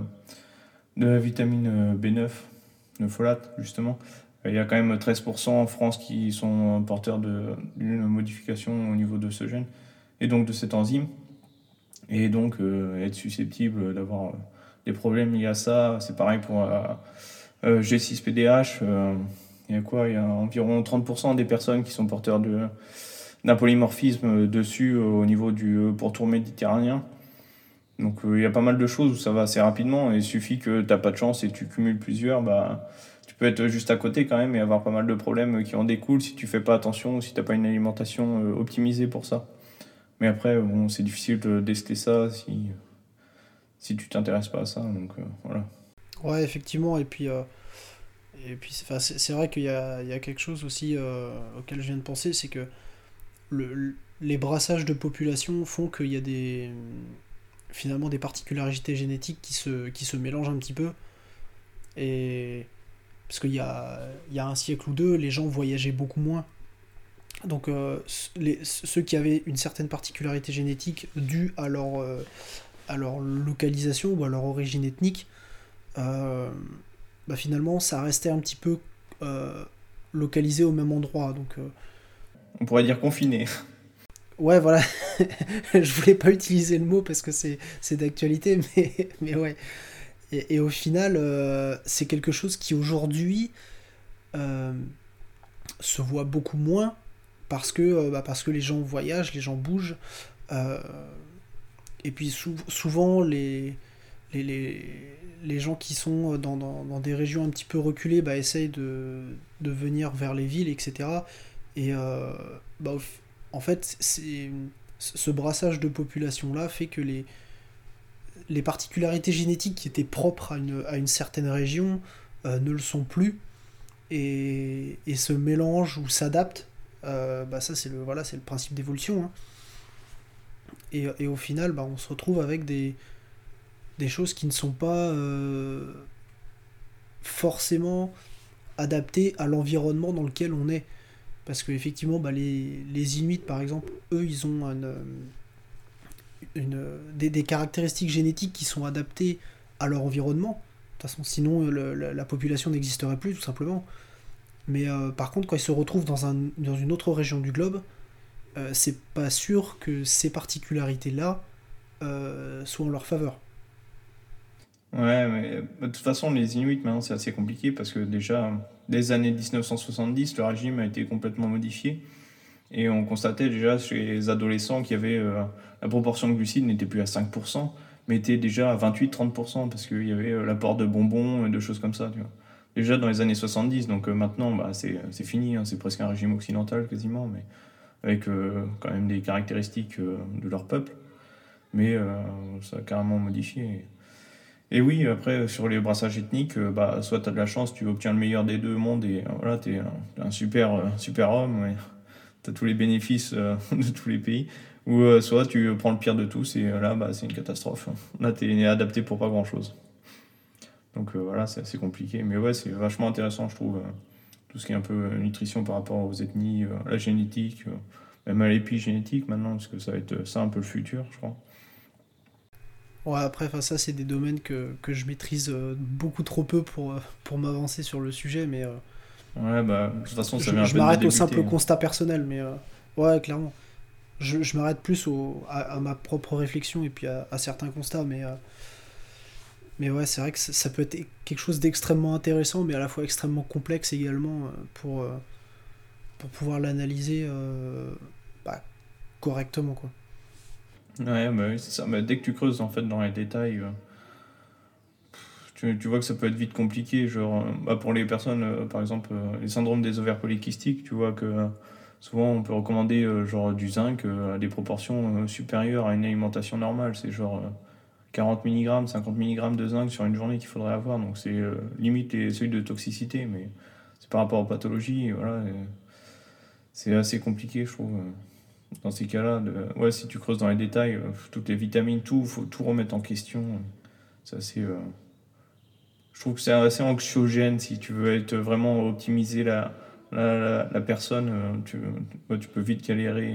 de la vitamine B9, le folate, justement. Il y a quand même 13% en France qui sont porteurs d'une modification au niveau de ce gène, et donc de cette enzyme. Et donc être susceptible d'avoir des problèmes liés à ça. C'est pareil pour G6PD-H. Il y a quoi? Il y a environ 30% des personnes qui sont porteurs d'un polymorphisme dessus au niveau du pourtour méditerranéen. Donc il y a pas mal de choses où ça va assez rapidement et il suffit que tu n'as pas de chance et tu cumules plusieurs, tu peux être juste à côté quand même et avoir pas mal de problèmes qui en découlent si tu fais pas attention ou si tu n'as pas une alimentation optimisée pour ça. Mais après, bon, c'est difficile de déceler ça si tu t'intéresses pas à ça. Donc voilà. Ouais, effectivement, et puis enfin, c'est vrai qu'il y a quelque chose aussi auquel je viens de penser, c'est que les brassages de population font qu'il y a finalement des particularités génétiques qui se mélangent un petit peu. Et parce il y a un siècle ou deux, les gens voyageaient beaucoup moins. Donc ceux qui avaient une certaine particularité génétique due à leur localisation ou à leur origine ethnique, euh, finalement ça restait un petit peu euh, localisé au même endroit. Donc On pourrait dire confiné. ouais, voilà, je voulais pas utiliser le mot parce que c'est d'actualité, mais ouais. Et au final, c'est quelque chose qui aujourd'hui euh, se voit beaucoup moins parce que les gens voyagent, les gens bougent. euh, et puis souvent, les, les, les gens qui sont dans des régions un petit peu reculées essayent de venir vers les villes, etc. Et en fait, ce brassage de population-là fait que les particularités génétiques qui étaient propres à une certaine région ne le sont plus et se mélangent ou s'adaptent. Ça c'est voilà, c'est le principe d'évolution, hein. Et au final on se retrouve avec des choses qui ne sont pas forcément adaptées à l'environnement dans lequel on est. Parce que effectivement les Inuits par exemple, eux ils ont des caractéristiques génétiques qui sont adaptées à leur environnement. De toute façon, sinon la population n'existerait plus tout simplement. Mais par contre, quand ils se retrouvent dans une autre région du globe, c'est pas sûr que ces particularités-là soient en leur faveur. Ouais, mais de toute façon, les Inuits, maintenant, c'est assez compliqué parce que déjà, dès les années 1970, le régime a été complètement modifié. Et on constatait déjà chez les adolescents qu'il y avait la proportion de glucides n'était plus à 5%, mais était déjà à 28-30% parce qu'il y avait l'apport de bonbons et de choses comme ça, tu vois. Déjà dans les années 70, donc maintenant c'est fini, hein, c'est presque un régime occidental quasiment, mais avec quand même des caractéristiques de leur peuple. mais ça a carrément modifié. Et oui, après, sur les brassages ethniques, bah, soit tu as de la chance, tu obtiens le meilleur des deux mondes et voilà, tu es un super homme, ouais. Tu as tous les bénéfices de tous les pays. Ou soit tu prends le pire de tous et là, bah, c'est une catastrophe. Là, tu es adapté pour pas grand-chose. Donc voilà, c'est assez compliqué. Mais ouais, c'est vachement intéressant, je trouve, tout ce qui est un peu nutrition par rapport aux ethnies, la génétique, même à l'épigénétique maintenant, parce que ça va être ça un peu le futur, je crois. Ouais, après, enfin, ça, c'est des domaines que je maîtrise beaucoup trop peu pour m'avancer sur le sujet, mais Ouais, bah, de toute façon, ça vient à je peine de m'arrête au débuter, simple hein. constat personnel, mais ouais, clairement. Je m'arrête plus à ma propre réflexion et puis à certains constats, mais ouais, c'est vrai que ça peut être quelque chose d'extrêmement intéressant, mais à la fois extrêmement complexe également pour pouvoir l'analyser bah, correctement, quoi. Ouais, bah oui, c'est ça. Mais dès que tu creuses en fait dans les détails, tu vois que ça peut être vite compliqué. Genre, bah, pour les personnes, par exemple, les syndromes des ovaires polykystiques, tu vois que souvent on peut recommander genre du zinc à des proportions supérieures à une alimentation normale. C'est genre 40 mg, 50 mg de zinc sur une journée qu'il faudrait avoir. Donc c'est limite les seuils de toxicité, mais c'est par rapport aux pathologies. Et voilà, c'est assez compliqué, je trouve. Dans ces cas-là, ouais, si tu creuses dans les détails, toutes les vitamines, tout, faut tout remettre en question. C'est assez, je trouve que c'est assez anxiogène si tu veux être vraiment optimiser la personne, ouais, tu peux vite galérer.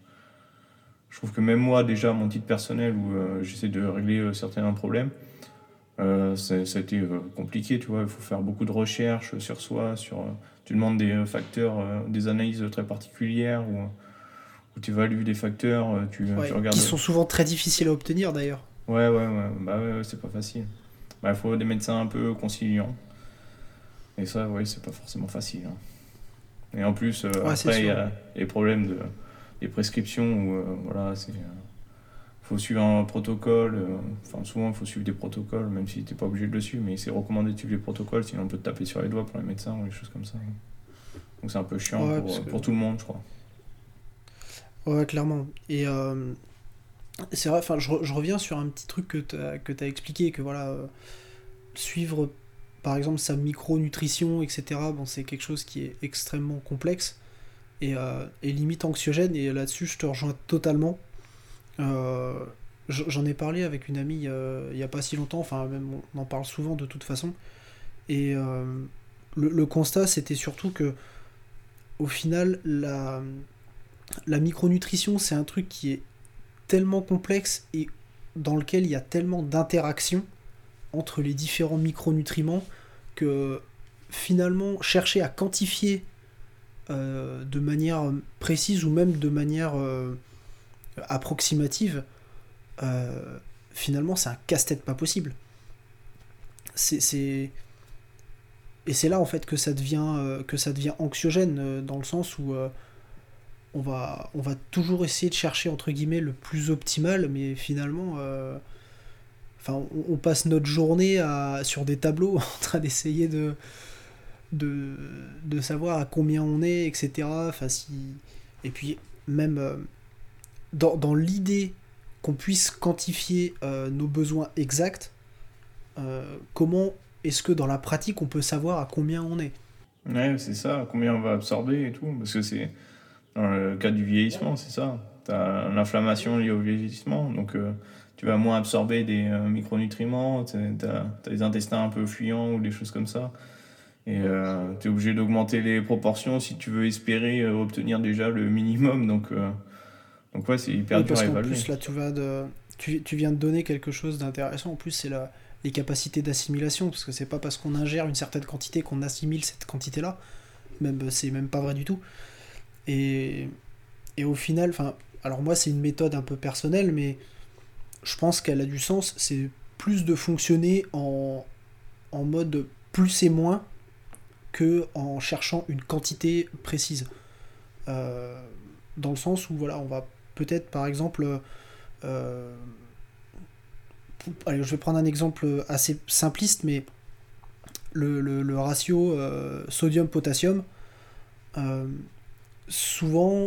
Je trouve que même moi, déjà, à mon titre personnel, où j'essaie de régler certains problèmes, ça a été compliqué, tu vois. Il faut faire beaucoup de recherches sur soi, tu demandes des facteurs, des analyses très particulières, où tu évalues des facteurs, tu Ouais, qui regardes. sont souvent très difficiles à obtenir d'ailleurs. Ouais, bah ouais, c'est pas facile. Bah, il faut des médecins un peu conciliants. Et ça, ouais, c'est pas forcément facile, hein. Et en plus, Ouais, c'est après, il y sûr. a les problèmes des prescriptions où, voilà, faut suivre un protocole. Enfin, souvent, il faut suivre des protocoles, même si t'es pas obligé de le suivre, mais c'est recommandé de suivre les protocoles, sinon on peut te taper sur les doigts pour les médecins ou des choses comme ça. Donc c'est un peu chiant Ouais, parce que pour tout le monde, je crois. ouais, clairement. Et c'est vrai, enfin, je reviens sur un petit truc que t'as expliqué, que voilà, suivre par exemple sa micronutrition, etc., bon, c'est quelque chose qui est extrêmement complexe et limite anxiogène, et là-dessus je te rejoins totalement. Euh, J'en ai parlé avec une amie il y a pas si longtemps, enfin même on en parle souvent de toute façon, et le constat c'était surtout que au final la micronutrition c'est un truc qui est tellement complexe et dans lequel il y a tellement d'interactions entre les différents micronutriments que finalement chercher à quantifier de manière précise ou même de manière approximative, finalement c'est un casse-tête pas possible. C'est et c'est là en fait que ça devient anxiogène dans le sens où on va toujours essayer de chercher entre guillemets le plus optimal, mais finalement enfin, on passe notre journée sur des tableaux en train d'essayer de, de savoir à combien on est, etc. Enfin, si... Et puis, même dans l'idée qu'on puisse quantifier nos besoins exacts, comment est-ce que dans la pratique on peut savoir à combien on est? Ouais, c'est ça, combien on va absorber et tout, parce que c'est dans le cas du vieillissement, c'est ça. Tu as l'inflammation liée au vieillissement, donc tu vas moins absorber des micronutriments, tu as les intestins un peu fuyants ou des choses comme ça. Et tu es obligé d'augmenter les proportions si tu veux espérer obtenir déjà le minimum. Donc ouais, c'est hyper Oui, dur parce à qu'en évaluer. plus, là, tu viens de donner quelque chose d'intéressant. En plus, c'est les capacités d'assimilation, parce que c'est pas parce qu'on ingère une certaine quantité qu'on assimile cette quantité-là. Même, c'est même pas vrai du tout. Et, et au final, enfin, alors moi, c'est une méthode un peu personnelle, mais je pense qu'elle a du sens. C'est plus de fonctionner en mode plus et moins que en cherchant une quantité précise. Euh, Dans le sens où, voilà, on va peut-être, par exemple, euh, allez, je vais prendre un exemple assez simpliste, mais le ratio sodium-potassium, euh, souvent,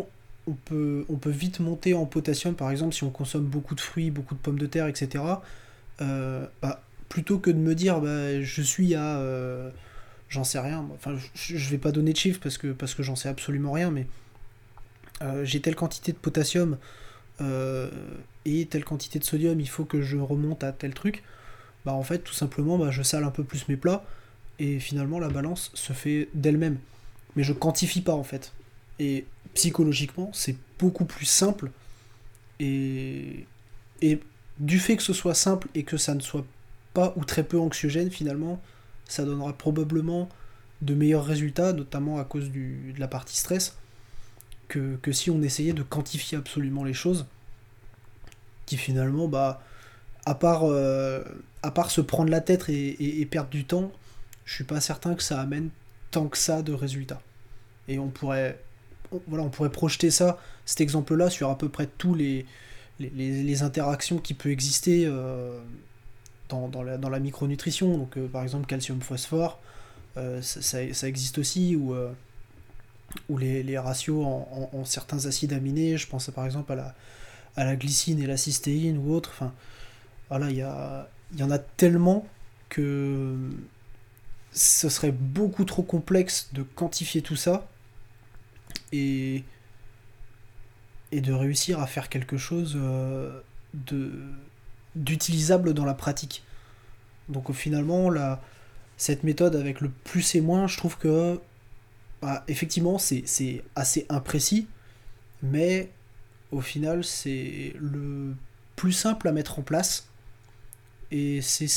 on peut vite monter en potassium, par exemple, si on consomme beaucoup de fruits, beaucoup de pommes de terre, etc. Plutôt que de me dire, je suis à... j'en sais rien. Enfin, je vais pas donner de chiffres parce que j'en sais absolument rien, mais j'ai telle quantité de potassium euh, et telle quantité de sodium, il faut que je remonte à tel truc. En fait, tout simplement, je sale un peu plus mes plats et finalement, la balance se fait d'elle-même. Mais je quantifie pas, en fait. Et psychologiquement, c'est beaucoup plus simple. Et, et du fait que ce soit simple et que ça ne soit pas ou très peu anxiogène, finalement, ça donnera probablement de meilleurs résultats, notamment à cause de la partie stress, que si on essayait de quantifier absolument les choses, qui finalement, à part, euh, à part se prendre la tête et perdre du temps, je suis pas certain que ça amène tant que ça de résultats. Et on pourrait projeter ça, cet exemple-là, sur à peu près tous les interactions qui peuvent exister dans la micronutrition. Donc, par exemple, calcium-phosphore, ça existe aussi, ou les ratios en certains acides aminés. Je pense par exemple à la glycine et la cystéine ou autre. Enfin, voilà, il y en a tellement que ce serait beaucoup trop complexe de quantifier tout ça et, et de réussir à faire quelque chose de d'utilisable dans la pratique. Donc finalement, cette méthode avec le plus et moins, je trouve que effectivement c'est assez imprécis, mais au final c'est le plus simple à mettre en place et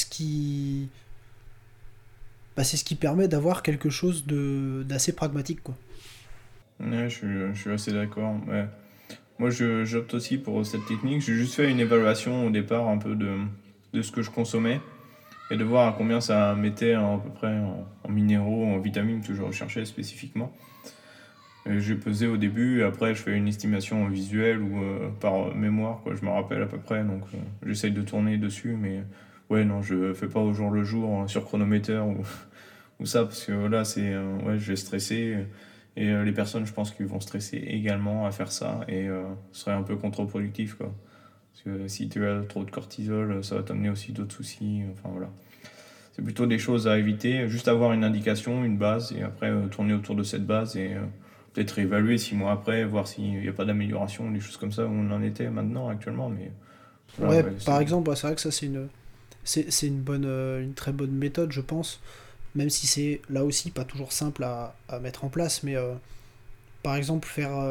c'est ce qui permet d'avoir quelque chose d'assez pragmatique, quoi. Ouais, je suis assez d'accord. Ouais. Moi, j'opte aussi pour cette technique. J'ai juste fait une évaluation au départ un peu de ce que je consommais et de voir à combien ça mettait à peu près en minéraux, en vitamines que je recherchais spécifiquement. Et j'ai pesé au début, et après je fais une estimation visuelle ou par mémoire, quoi. Je me rappelle à peu près, donc j'essaye de tourner dessus, mais ouais, non, je fais pas au jour le jour sur chronomètre ou ça, parce que là, ouais, je vais stresser, et les personnes, je pense qu'ils vont stresser également à faire ça, et ce serait un peu contre-productif, quoi. Parce que si tu as trop de cortisol, ça va t'amener aussi d'autres soucis, enfin voilà. C'est plutôt des choses à éviter, juste avoir une indication, une base, et après tourner autour de cette base et peut-être évaluer 6 mois après, voir s'il n'y a pas d'amélioration, des choses comme ça où on en était maintenant, actuellement. Mais voilà, Ouais, ouais, par exemple, c'est vrai que ça c'est une très bonne méthode, je pense, même si c'est là aussi pas toujours simple à mettre en place, mais par exemple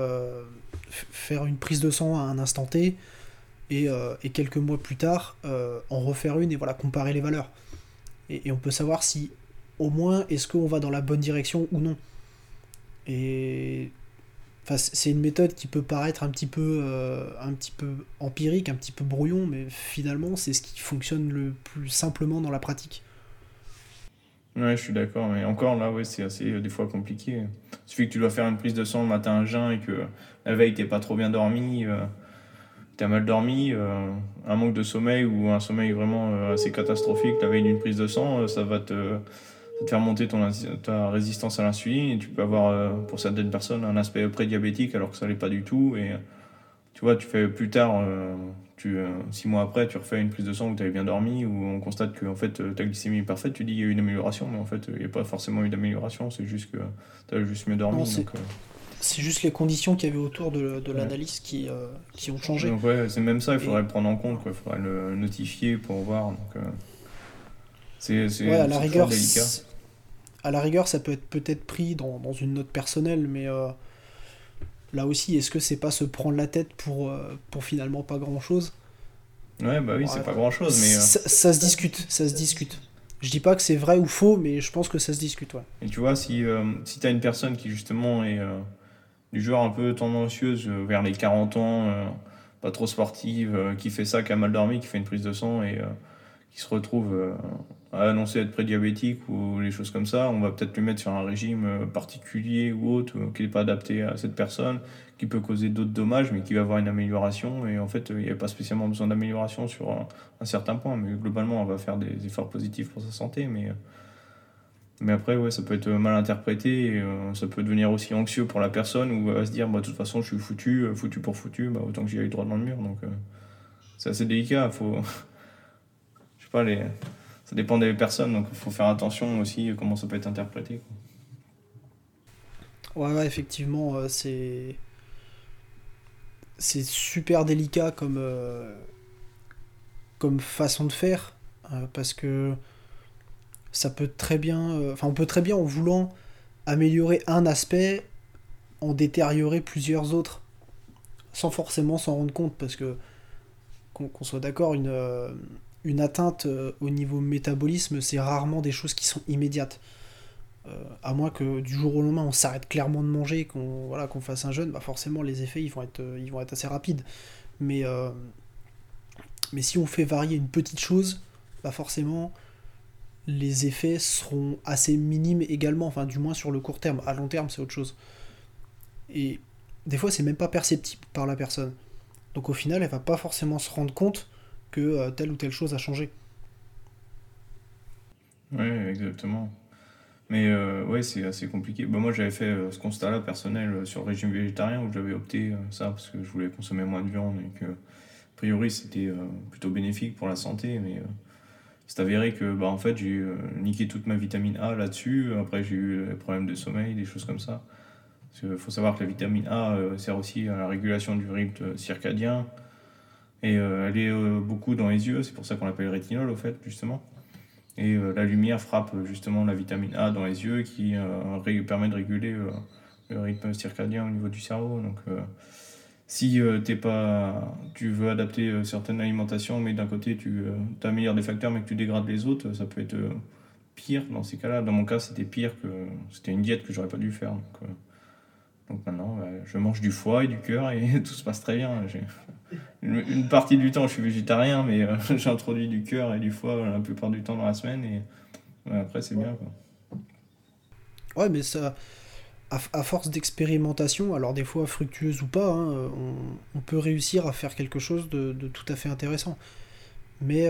faire une prise de sang à un instant T et quelques mois plus tard en refaire une et voilà comparer les valeurs. Et on peut savoir si au moins est-ce qu'on va dans la bonne direction ou non. Et enfin, c'est une méthode qui peut paraître un petit peu empirique, un petit peu brouillon, mais finalement c'est ce qui fonctionne le plus simplement dans la pratique. ouais, je suis d'accord. Mais encore là, ouais, c'est assez des fois compliqué. Il suffit que tu dois faire une prise de sang le matin à jeun et que la veille t'es pas trop bien dormi, t'as mal dormi, un manque de sommeil ou un sommeil vraiment assez catastrophique la veille d'une prise de sang, ça te faire monter ta résistance à l'insuline et tu peux avoir, pour certaines personnes, un aspect prédiabétique alors que ça l'est pas du tout. Et tu vois, tu fais plus tard, 6 mois après, tu refais une prise de sang où tu avais bien dormi, où on constate que en fait, ta glycémie est parfaite, tu dis qu'il y a eu une amélioration, mais en fait, il n'y a pas forcément eu d'amélioration, c'est juste que tu as juste mieux Non, dormi. c'est juste les conditions qu'il y avait autour de Ouais. l'analyse qui ont changé. Donc ouais, c'est même ça, il faudrait Et le prendre en compte, quoi. Il faudrait le notifier pour voir. Donc, ouais, c'est toujours délicat. à la rigueur, ça peut être peut-être pris dans une note personnelle, mais là aussi, est-ce que c'est pas se prendre la tête pour finalement pas grand-chose? Ouais, bah oui, c'est Ouais, pas grand-chose, mais ça se discute, ça se discute. Je dis pas que c'est vrai ou faux, mais je pense que ça se discute, ouais. et tu vois, si t'as une personne qui justement est du genre un peu tendancieuse vers les 40 ans, pas trop sportive, qui fait ça, qui a mal dormi, qui fait une prise de sang et qui se retrouve à annoncer être prédiabétique ou les choses comme ça, on va peut-être lui mettre sur un régime particulier ou autre qui n'est pas adapté à cette personne, qui peut causer d'autres dommages, mais qui va avoir une amélioration. Et en fait, il n'y a pas spécialement besoin d'amélioration sur un certain point, mais globalement, on va faire des efforts positifs pour sa santé. Mais Mais après, ouais, ça peut être mal interprété, et ça peut devenir aussi anxieux pour la personne, où elle va se dire, bah, de toute façon, je suis foutu, foutu pour foutu, bah, autant que j'y aille droit dans le mur. Donc, c'est assez délicat. Faut, je sais pas, ça dépend des personnes, donc il faut faire attention aussi comment ça peut être interprété, quoi. Ouais, ouais, effectivement, c'est super délicat comme façon de faire, parce que ça peut très bien, enfin, on peut très bien, en voulant améliorer un aspect, en détériorer plusieurs autres, sans forcément s'en rendre compte, parce que qu'on soit d'accord, une atteinte au niveau métabolisme, c'est rarement des choses qui sont immédiates. À moins que du jour au lendemain on s'arrête clairement de manger, qu'on fasse un jeûne, bah forcément les effets ils vont être assez rapides. Mais, euh, mais si on fait varier une petite chose, bah forcément les effets seront assez minimes également, enfin du moins sur le court terme. À long terme c'est autre chose. Et des fois c'est même pas perceptible par la personne. Donc au final elle va pas forcément se rendre compte que telle ou telle chose a changé. Ouais, exactement. Mais ouais, c'est assez compliqué. Bah, moi, j'avais fait ce constat-là personnel sur le régime végétarien où j'avais opté ça parce que je voulais consommer moins de viande et que, a priori, c'était plutôt bénéfique pour la santé. Mais c'est avéré que, bah, en fait, j'ai niqué toute ma vitamine A là-dessus. Après, j'ai eu des problèmes de sommeil, des choses comme ça. Parce qu'il faut savoir que la vitamine A sert aussi à la régulation du rythme circadien. Et elle est beaucoup dans les yeux, c'est pour ça qu'on l'appelle rétinol, au fait, justement. Et la lumière frappe justement la vitamine A dans les yeux qui permet de réguler le rythme circadien au niveau du cerveau. Donc si t'es pas, tu veux adapter certaines alimentations, mais d'un côté tu améliores des facteurs mais que tu dégrades les autres, ça peut être pire dans ces cas-là. Dans mon cas, c'était pire que c'était une diète que j'aurais pas dû faire. Donc maintenant, je mange du foie et du cœur et tout se passe très bien. Une partie du temps, je suis végétarien, mais j'ai introduit du cœur et du foie la plupart du temps dans la semaine et ouais, après c'est bien quoi. Ouais, mais ça, à force d'expérimentation, alors des fois fructueuse ou pas, hein, on peut réussir à faire quelque chose de tout à fait intéressant. Mais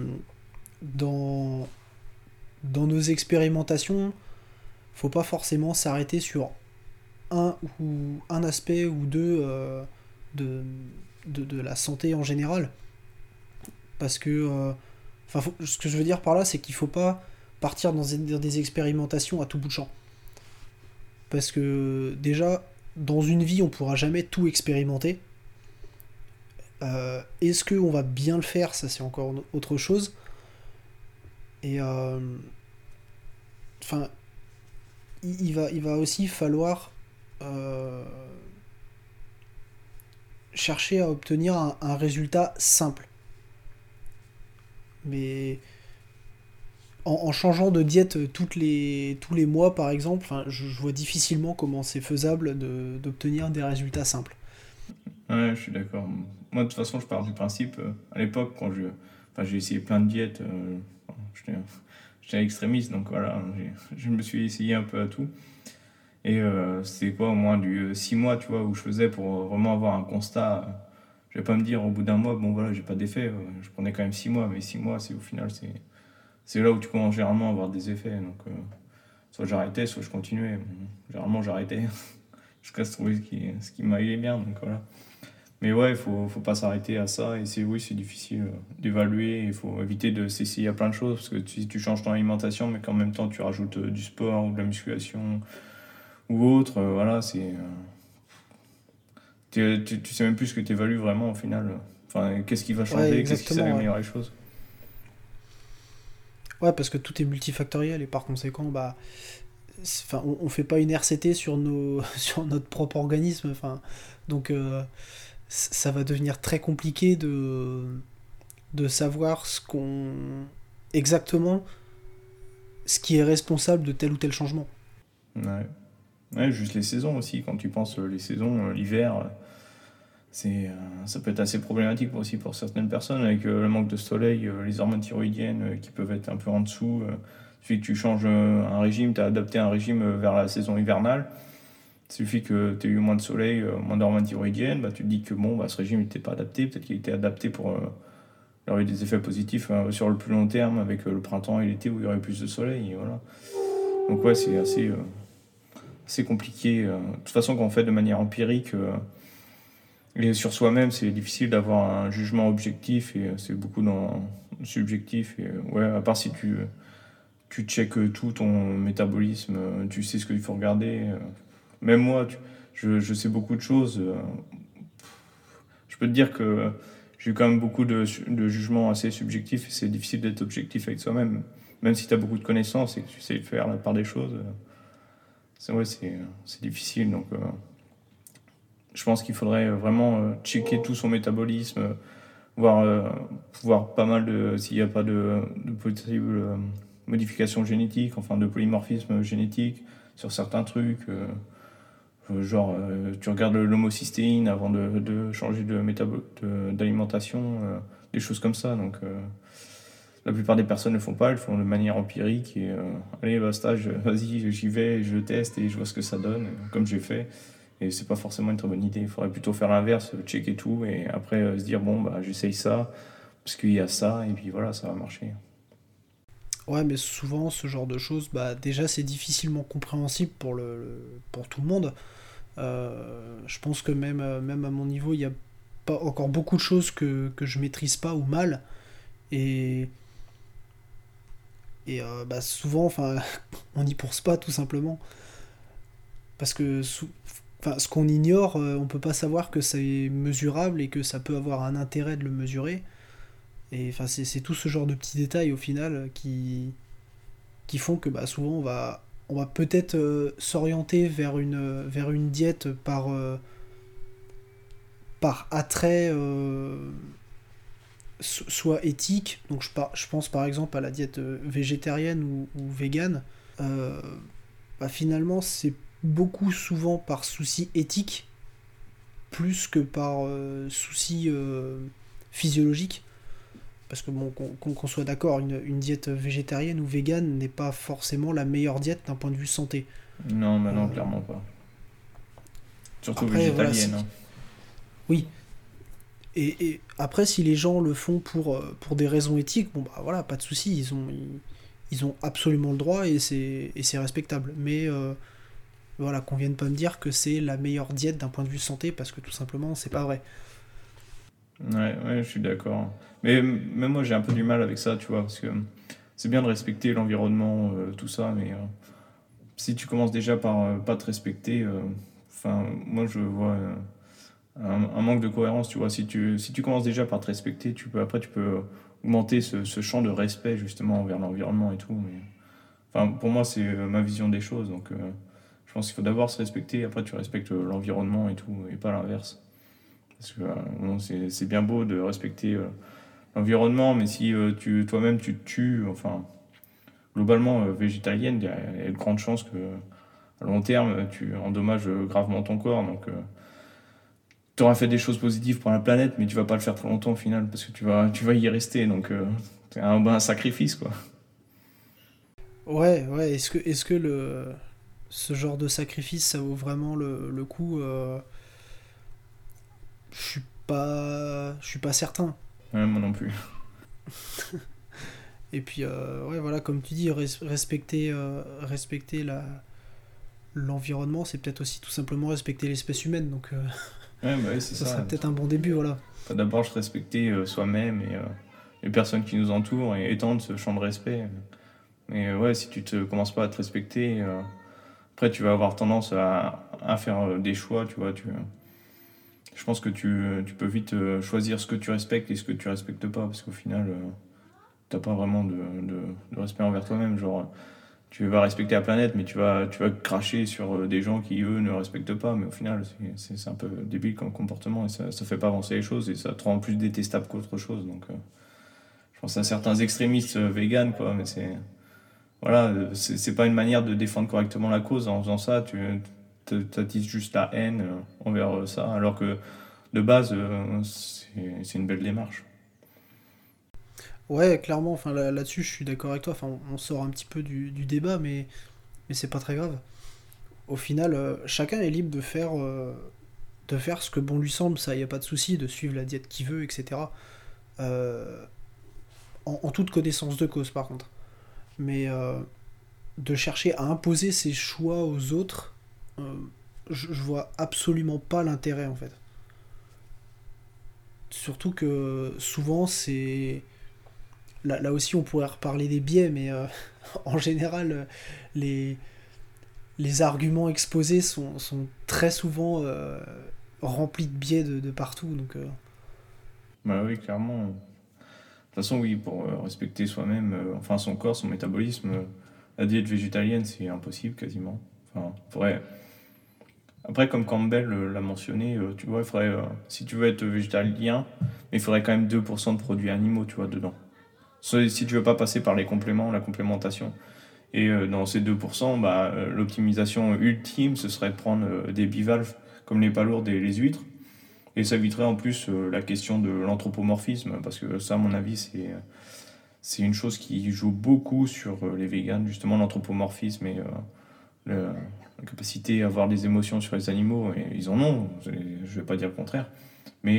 dans, dans nos expérimentations, faut pas forcément s'arrêter sur un aspect ou deux de, de la santé en général. Parce que, ce que je veux dire par là, c'est qu'il faut pas partir dans des expérimentations à tout bout de champ. Parce que déjà, dans une vie, on pourra jamais tout expérimenter. Est-ce qu'on va bien le faire? Ça, c'est encore autre chose. Et enfin, il va aussi falloir euh, chercher à obtenir un résultat simple. Mais en changeant de diète tous les mois, par exemple, enfin, je vois difficilement comment c'est faisable d'obtenir des résultats simples. Ouais, je suis d'accord. Moi de toute façon, je pars du principe à l'époque enfin, j'ai essayé plein de diètes, j'étais j'étais extrémiste donc voilà, je me suis essayé un peu à tout. Et c'est quoi au moins du 6 mois, tu vois, où je faisais pour vraiment avoir un constat. Je vais pas me dire au bout d'un mois, bon voilà, j'ai pas d'effet. Je prenais quand même 6 mois, mais 6 mois, c'est au final, c'est là où tu commences généralement à avoir des effets. Donc soit j'arrêtais, soit je continuais. Bon, généralement, j'arrêtais jusqu'à se trouver ce qui m'allait bien. Donc voilà. Mais ouais, faut pas s'arrêter à ça. Et oui, c'est difficile d'évaluer. Il faut éviter de s'essayer à plein de choses. Parce que si tu changes ton alimentation, mais qu'en même temps tu rajoutes du sport ou de la musculation ou autre, voilà, tu sais même plus ce que tu évalues vraiment au final. Enfin, qu'est-ce qui va Ouais, changer, qu'est-ce qui exactement. Ouais. s'améliorer les choses. Ouais, parce que tout est multifactoriel et par conséquent, bah, enfin, on fait pas une RCT sur sur notre propre organisme. Enfin, donc, ça va devenir très compliqué de savoir exactement ce qui est responsable de tel ou tel changement. Ouais. Ouais, juste les saisons aussi. Quand tu penses les saisons, l'hiver, ça peut être assez problématique aussi pour certaines personnes avec le manque de soleil, les hormones thyroïdiennes qui peuvent être un peu en dessous. Il suffit que tu changes un régime, tu as adapté un régime vers la saison hivernale. Il suffit que tu aies eu moins de soleil, moins d'hormones thyroïdiennes, bah, tu te dis que bon, bah, ce régime n'était pas adapté, peut-être qu'il était adapté pour. Il y aurait eu des effets positifs sur le plus long terme avec le printemps et l'été où il y aurait plus de soleil. Et voilà. Donc ouais, c'est assez compliqué. De toute façon, quand on fait de manière empirique, et sur soi-même, c'est difficile d'avoir un jugement objectif et c'est beaucoup dans le subjectif. Et ouais, à part si tu checkes tout ton métabolisme, tu sais ce qu'il faut regarder. Même moi, je sais beaucoup de choses. Je peux te dire que j'ai eu quand même beaucoup de jugements assez subjectifs et c'est difficile d'être objectif avec soi-même. Même si tu as beaucoup de connaissances et que tu sais faire la part des choses, ouais, c'est difficile. Donc, je pense qu'il faudrait vraiment checker tout son métabolisme, voir pas mal s'il n'y a pas de possibles modifications génétiques, enfin de polymorphisme génétique sur certains trucs. Genre, tu regardes l'homocystéine avant de changer d'alimentation, des choses comme ça. Donc, la plupart des personnes ne le font pas, elles font de manière empirique et allez, basta, vas-y, j'y vais, je teste et je vois ce que ça donne, comme j'ai fait. Et c'est pas forcément une très bonne idée. Il faudrait plutôt faire l'inverse, checker tout et après se dire bon, bah, j'essaye ça parce qu'il y a ça et puis voilà, ça va marcher. Ouais, mais souvent, ce genre de choses, bah, déjà, c'est difficilement compréhensible pour tout le monde. Je pense que même à mon niveau, il y a pas encore beaucoup de choses que je maîtrise pas ou mal. Et, bah, souvent, enfin, on n'y pense pas tout simplement. Parce que enfin, ce qu'on ignore, on peut pas savoir que c'est mesurable et que ça peut avoir un intérêt de le mesurer. Et enfin, c'est tout ce genre de petits détails au final qui font que bah, souvent on va peut-être s'orienter vers une diète par attrait soit éthique, donc je pense par exemple à la diète végétarienne ou végane. Euh, Bah, finalement c'est beaucoup souvent par souci éthique plus que par souci physiologique. Parce que bon, qu'on soit d'accord, une diète végétarienne ou végane n'est pas forcément la meilleure diète d'un point de vue santé. Non, mais non, Euh, clairement pas. Surtout Après, voilà, végétalienne. Hein. oui. Et après, si les gens le font pour des raisons éthiques, bon bah voilà, pas de souci, ils ont absolument le droit et c'est respectable. Mais voilà, qu'on vienne pas me dire que c'est la meilleure diète d'un point de vue santé, parce que tout simplement, c'est pas vrai. Ouais, ouais, je suis d'accord. Mais même moi, j'ai un peu du mal avec ça, tu vois, parce que c'est bien de respecter l'environnement, tout ça, mais si tu commences déjà par pas te respecter, enfin, moi, je vois un manque de cohérence, tu vois. Si tu commences déjà par te respecter, après, tu peux augmenter ce champ de respect, justement, envers l'environnement et tout. Mais, enfin, pour moi, c'est ma vision des choses, donc je pense qu'il faut d'abord se respecter, après, tu respectes l'environnement et tout, et pas l'inverse. Parce que bon, c'est bien beau de respecter l'environnement, mais si toi-même tu te tues, enfin, globalement, végétalienne, il y a de grandes chances que à long terme, tu endommages gravement ton corps. Donc, tu auras fait des choses positives pour la planète, mais tu vas pas le faire trop longtemps au final, parce que tu vas y rester. Donc, c'est un sacrifice, quoi. Ouais, ouais, est-ce que ce genre de sacrifice, ça vaut vraiment le coup je suis pas certain. Ouais, moi non plus. Et puis, ouais, voilà, comme tu dis, respecter l'environnement, c'est peut-être aussi tout simplement respecter l'espèce humaine. Donc, Ouais, bah oui, c'est ça ça. serait peut-être un bon début, voilà. Faut d'abord se respecter soi-même et les personnes qui nous entourent et étendre ce champ de respect. Mais ouais, si tu te commences pas à te respecter, après tu vas avoir tendance à faire des choix, tu vois. Je pense que tu peux vite choisir ce que tu respectes et ce que tu respectes pas, parce qu'au final, t'as pas vraiment de respect envers toi-même. Genre, tu vas respecter la planète, mais tu vas cracher sur des gens qui, eux, ne respectent pas. Mais au final, c'est un peu débile comme comportement et ça fait pas avancer les choses et ça te rend plus détestable qu'autre chose. Donc, je pense à certains extrémistes véganes, quoi, mais voilà, c'est pas une manière de défendre correctement la cause. En faisant ça, tu attises juste la haine envers ça, alors que de base, c'est une belle démarche. Ouais, clairement, enfin, là-dessus, je suis d'accord avec toi. Enfin, on sort un petit peu du débat, mais c'est pas très grave. Au final, chacun est libre de faire ce que bon lui semble, ça, y a pas de souci, de suivre la diète qu'il veut, etc. Euh, en toute connaissance de cause, par contre. Mais de chercher à imposer ses choix aux autres, je vois absolument pas l'intérêt en fait. Surtout que souvent c'est... Là aussi on pourrait reparler des biais, mais en général les, les arguments exposés sont très souvent remplis de biais de partout. Donc, Bah oui, clairement. De toute façon, oui, pour respecter soi-même, enfin son corps, son métabolisme, la diète végétalienne, c'est impossible quasiment. Enfin, faudrait... Après, comme Campbell l'a mentionné, tu vois, il faudrait, si tu veux être végétalien, mais il faudrait quand même 2% de produits animaux, tu vois, dedans. Si tu veux pas passer par les compléments, la complémentation. Et dans ces 2%, bah, l'optimisation ultime, ce serait de prendre des bivalves comme les palourdes et les huîtres. Et ça éviterait en plus la question de l'anthropomorphisme, parce que ça, à mon avis, c'est une chose qui joue beaucoup sur les véganes, justement l'anthropomorphisme et la capacité à avoir des émotions sur les animaux. Et ils en ont, je vais pas dire le contraire. Mais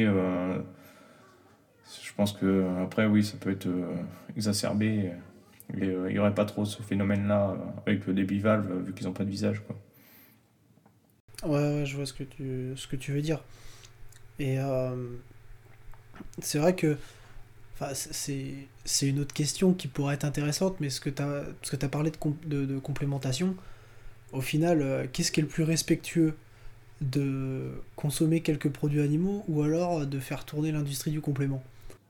je pense que après, oui, ça peut être exacerbé. Et il n'y aurait pas trop ce phénomène-là avec des bivalves, vu qu'ils n'ont pas de visage, quoi. ouais, je vois ce que tu veux dire. Et c'est vrai que enfin, c'est une autre question qui pourrait être intéressante, mais parce que tu as parlé de complémentation, au final, qu'est-ce qui est le plus respectueux de consommer quelques produits animaux ou alors de faire tourner l'industrie du complément?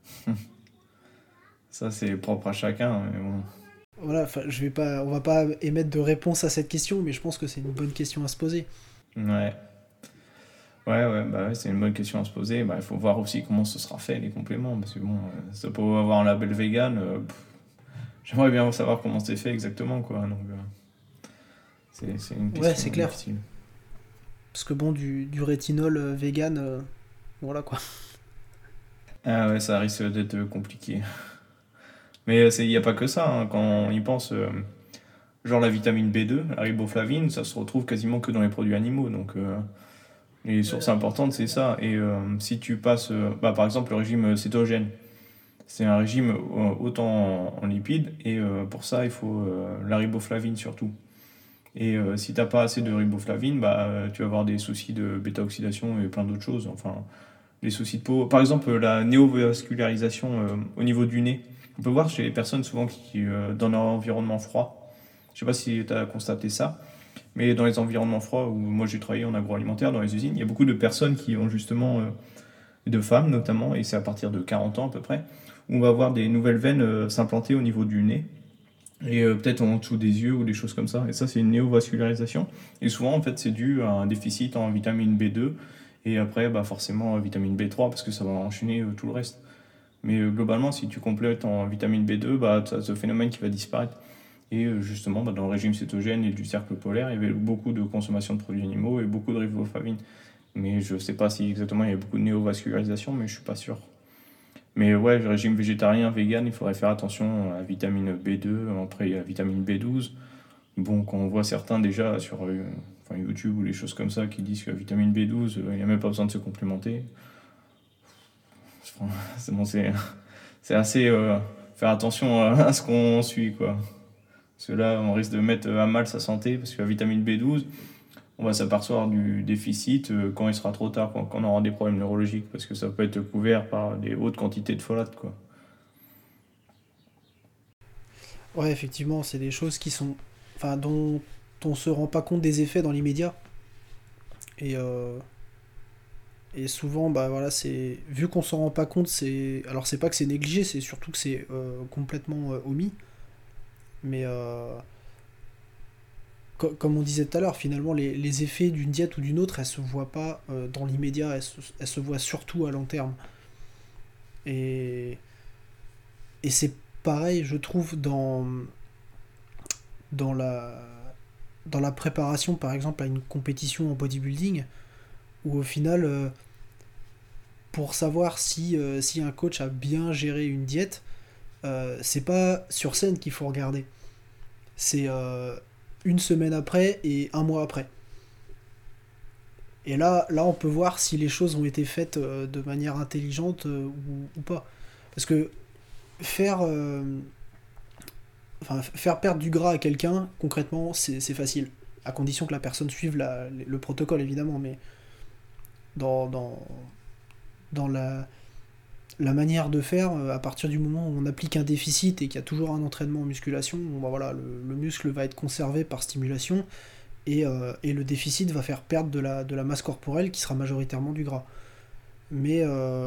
Ça, c'est propre à chacun, mais bon. Voilà, on va pas émettre de réponse à cette question, mais je pense que c'est une bonne question à se poser. Ouais. Ouais, bah ouais, c'est une bonne question à se poser. Bah, il faut voir aussi comment ce sera fait, les compléments. Parce que bon, ça peut avoir un label vegan. J'aimerais bien savoir comment c'est fait exactement, quoi. Donc, c'est une Ouais, question c'est clair. difficile. Parce que bon, du rétinol vegan, voilà quoi. Ah ouais, ça risque d'être compliqué. Mais il n'y a pas que ça, hein. Quand on y pense, genre la vitamine B2, la riboflavine, ça se retrouve quasiment que dans les produits animaux. Donc, les sources importantes, c'est ça. Et si tu passes, bah, par exemple, le régime cétogène, c'est un régime autant en lipides, et pour ça, il faut la riboflavine surtout. Et si t'as pas assez de riboflavine, bah, tu vas avoir des soucis de bêta-oxydation et plein d'autres choses. Enfin, les soucis de peau. Par exemple, la néovascularisation au niveau du nez. On peut voir chez les personnes souvent qui, dans leur environnement froid, je sais pas si tu as constaté ça, mais dans les environnements froids où moi j'ai travaillé en agroalimentaire, dans les usines, il y a beaucoup de personnes qui ont justement, de femmes notamment, et c'est à partir de 40 ans à peu près, où on va avoir des nouvelles veines s'implanter au niveau du nez, et peut-être en dessous des yeux ou des choses comme ça. Et ça, c'est une néovascularisation. Et souvent, en fait, c'est dû à un déficit en vitamine B2, et après, bah, forcément, vitamine B3, parce que ça va enchaîner tout le reste. Mais globalement, si tu complètes en vitamine B2, bah, tu as ce phénomène qui va disparaître. Et justement, bah, dans le régime cétogène et du cercle polaire, il y avait beaucoup de consommation de produits animaux et beaucoup de riboflavine. Mais je ne sais pas si exactement il y a beaucoup de néovascularisation, mais je ne suis pas sûr. Mais ouais, le régime végétarien, vegan, il faudrait faire attention à la vitamine B2, après il y a la vitamine B12. Bon, quand on voit certains déjà sur enfin, YouTube ou les choses comme ça qui disent que la vitamine B12, il n'y a même pas besoin de se complémenter. C'est bon, c'est assez faire attention à ce qu'on suit, quoi. Parce que là, on risque de mettre à mal sa santé, parce que la vitamine B12, on va s'apercevoir du déficit quand il sera trop tard, quand on aura des problèmes neurologiques, parce que ça peut être couvert par des hautes quantités de folate, quoi. Ouais, effectivement, c'est des choses qui sont, enfin, dont on se rend pas compte des effets dans l'immédiat. Et, et souvent, bah voilà, c'est vu qu'on s'en rend pas compte, alors c'est pas que c'est négligé, c'est surtout que c'est complètement omis. Mais comme on disait tout à l'heure, finalement, les effets d'une diète ou d'une autre, elles se voient pas dans l'immédiat, elles se voient surtout à long terme. Et, et c'est pareil, je trouve, dans la, dans la préparation, par exemple, à une compétition en bodybuilding, où au final, pour savoir si un coach a bien géré une diète, c'est pas sur scène qu'il faut regarder. C'est une semaine après et un mois après. Et là, on peut voir si les choses ont été faites de manière intelligente ou pas. Parce que faire, Enfin, faire perdre du gras à quelqu'un, concrètement, c'est facile. À condition que la personne suive le protocole, évidemment, mais dans, dans, dans la manière de faire, à partir du moment où on applique un déficit et qu'il y a toujours un entraînement en musculation, bon, bah voilà, le muscle va être conservé par stimulation et le déficit va faire perdre de la masse corporelle qui sera majoritairement du gras. Mais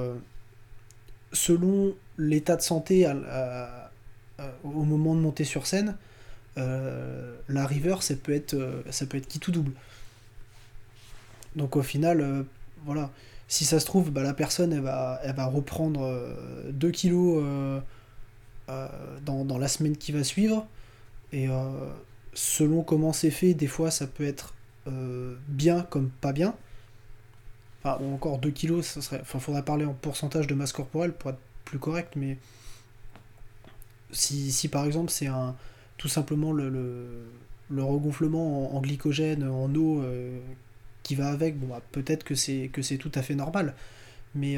selon l'état de santé au moment de monter sur scène, la river, ça peut être qui tout double. Donc au final, voilà, si ça se trouve, bah, la personne elle va reprendre 2 kilos dans la semaine qui va suivre. Et selon comment c'est fait, des fois ça peut être bien comme pas bien. Enfin, ou encore 2 kilos, ça serait. Enfin, faudrait parler en pourcentage de masse corporelle pour être plus correct, mais si par exemple c'est tout simplement le regonflement en glycogène, en eau qui va avec, bon bah, peut-être que c'est tout à fait normal. Mais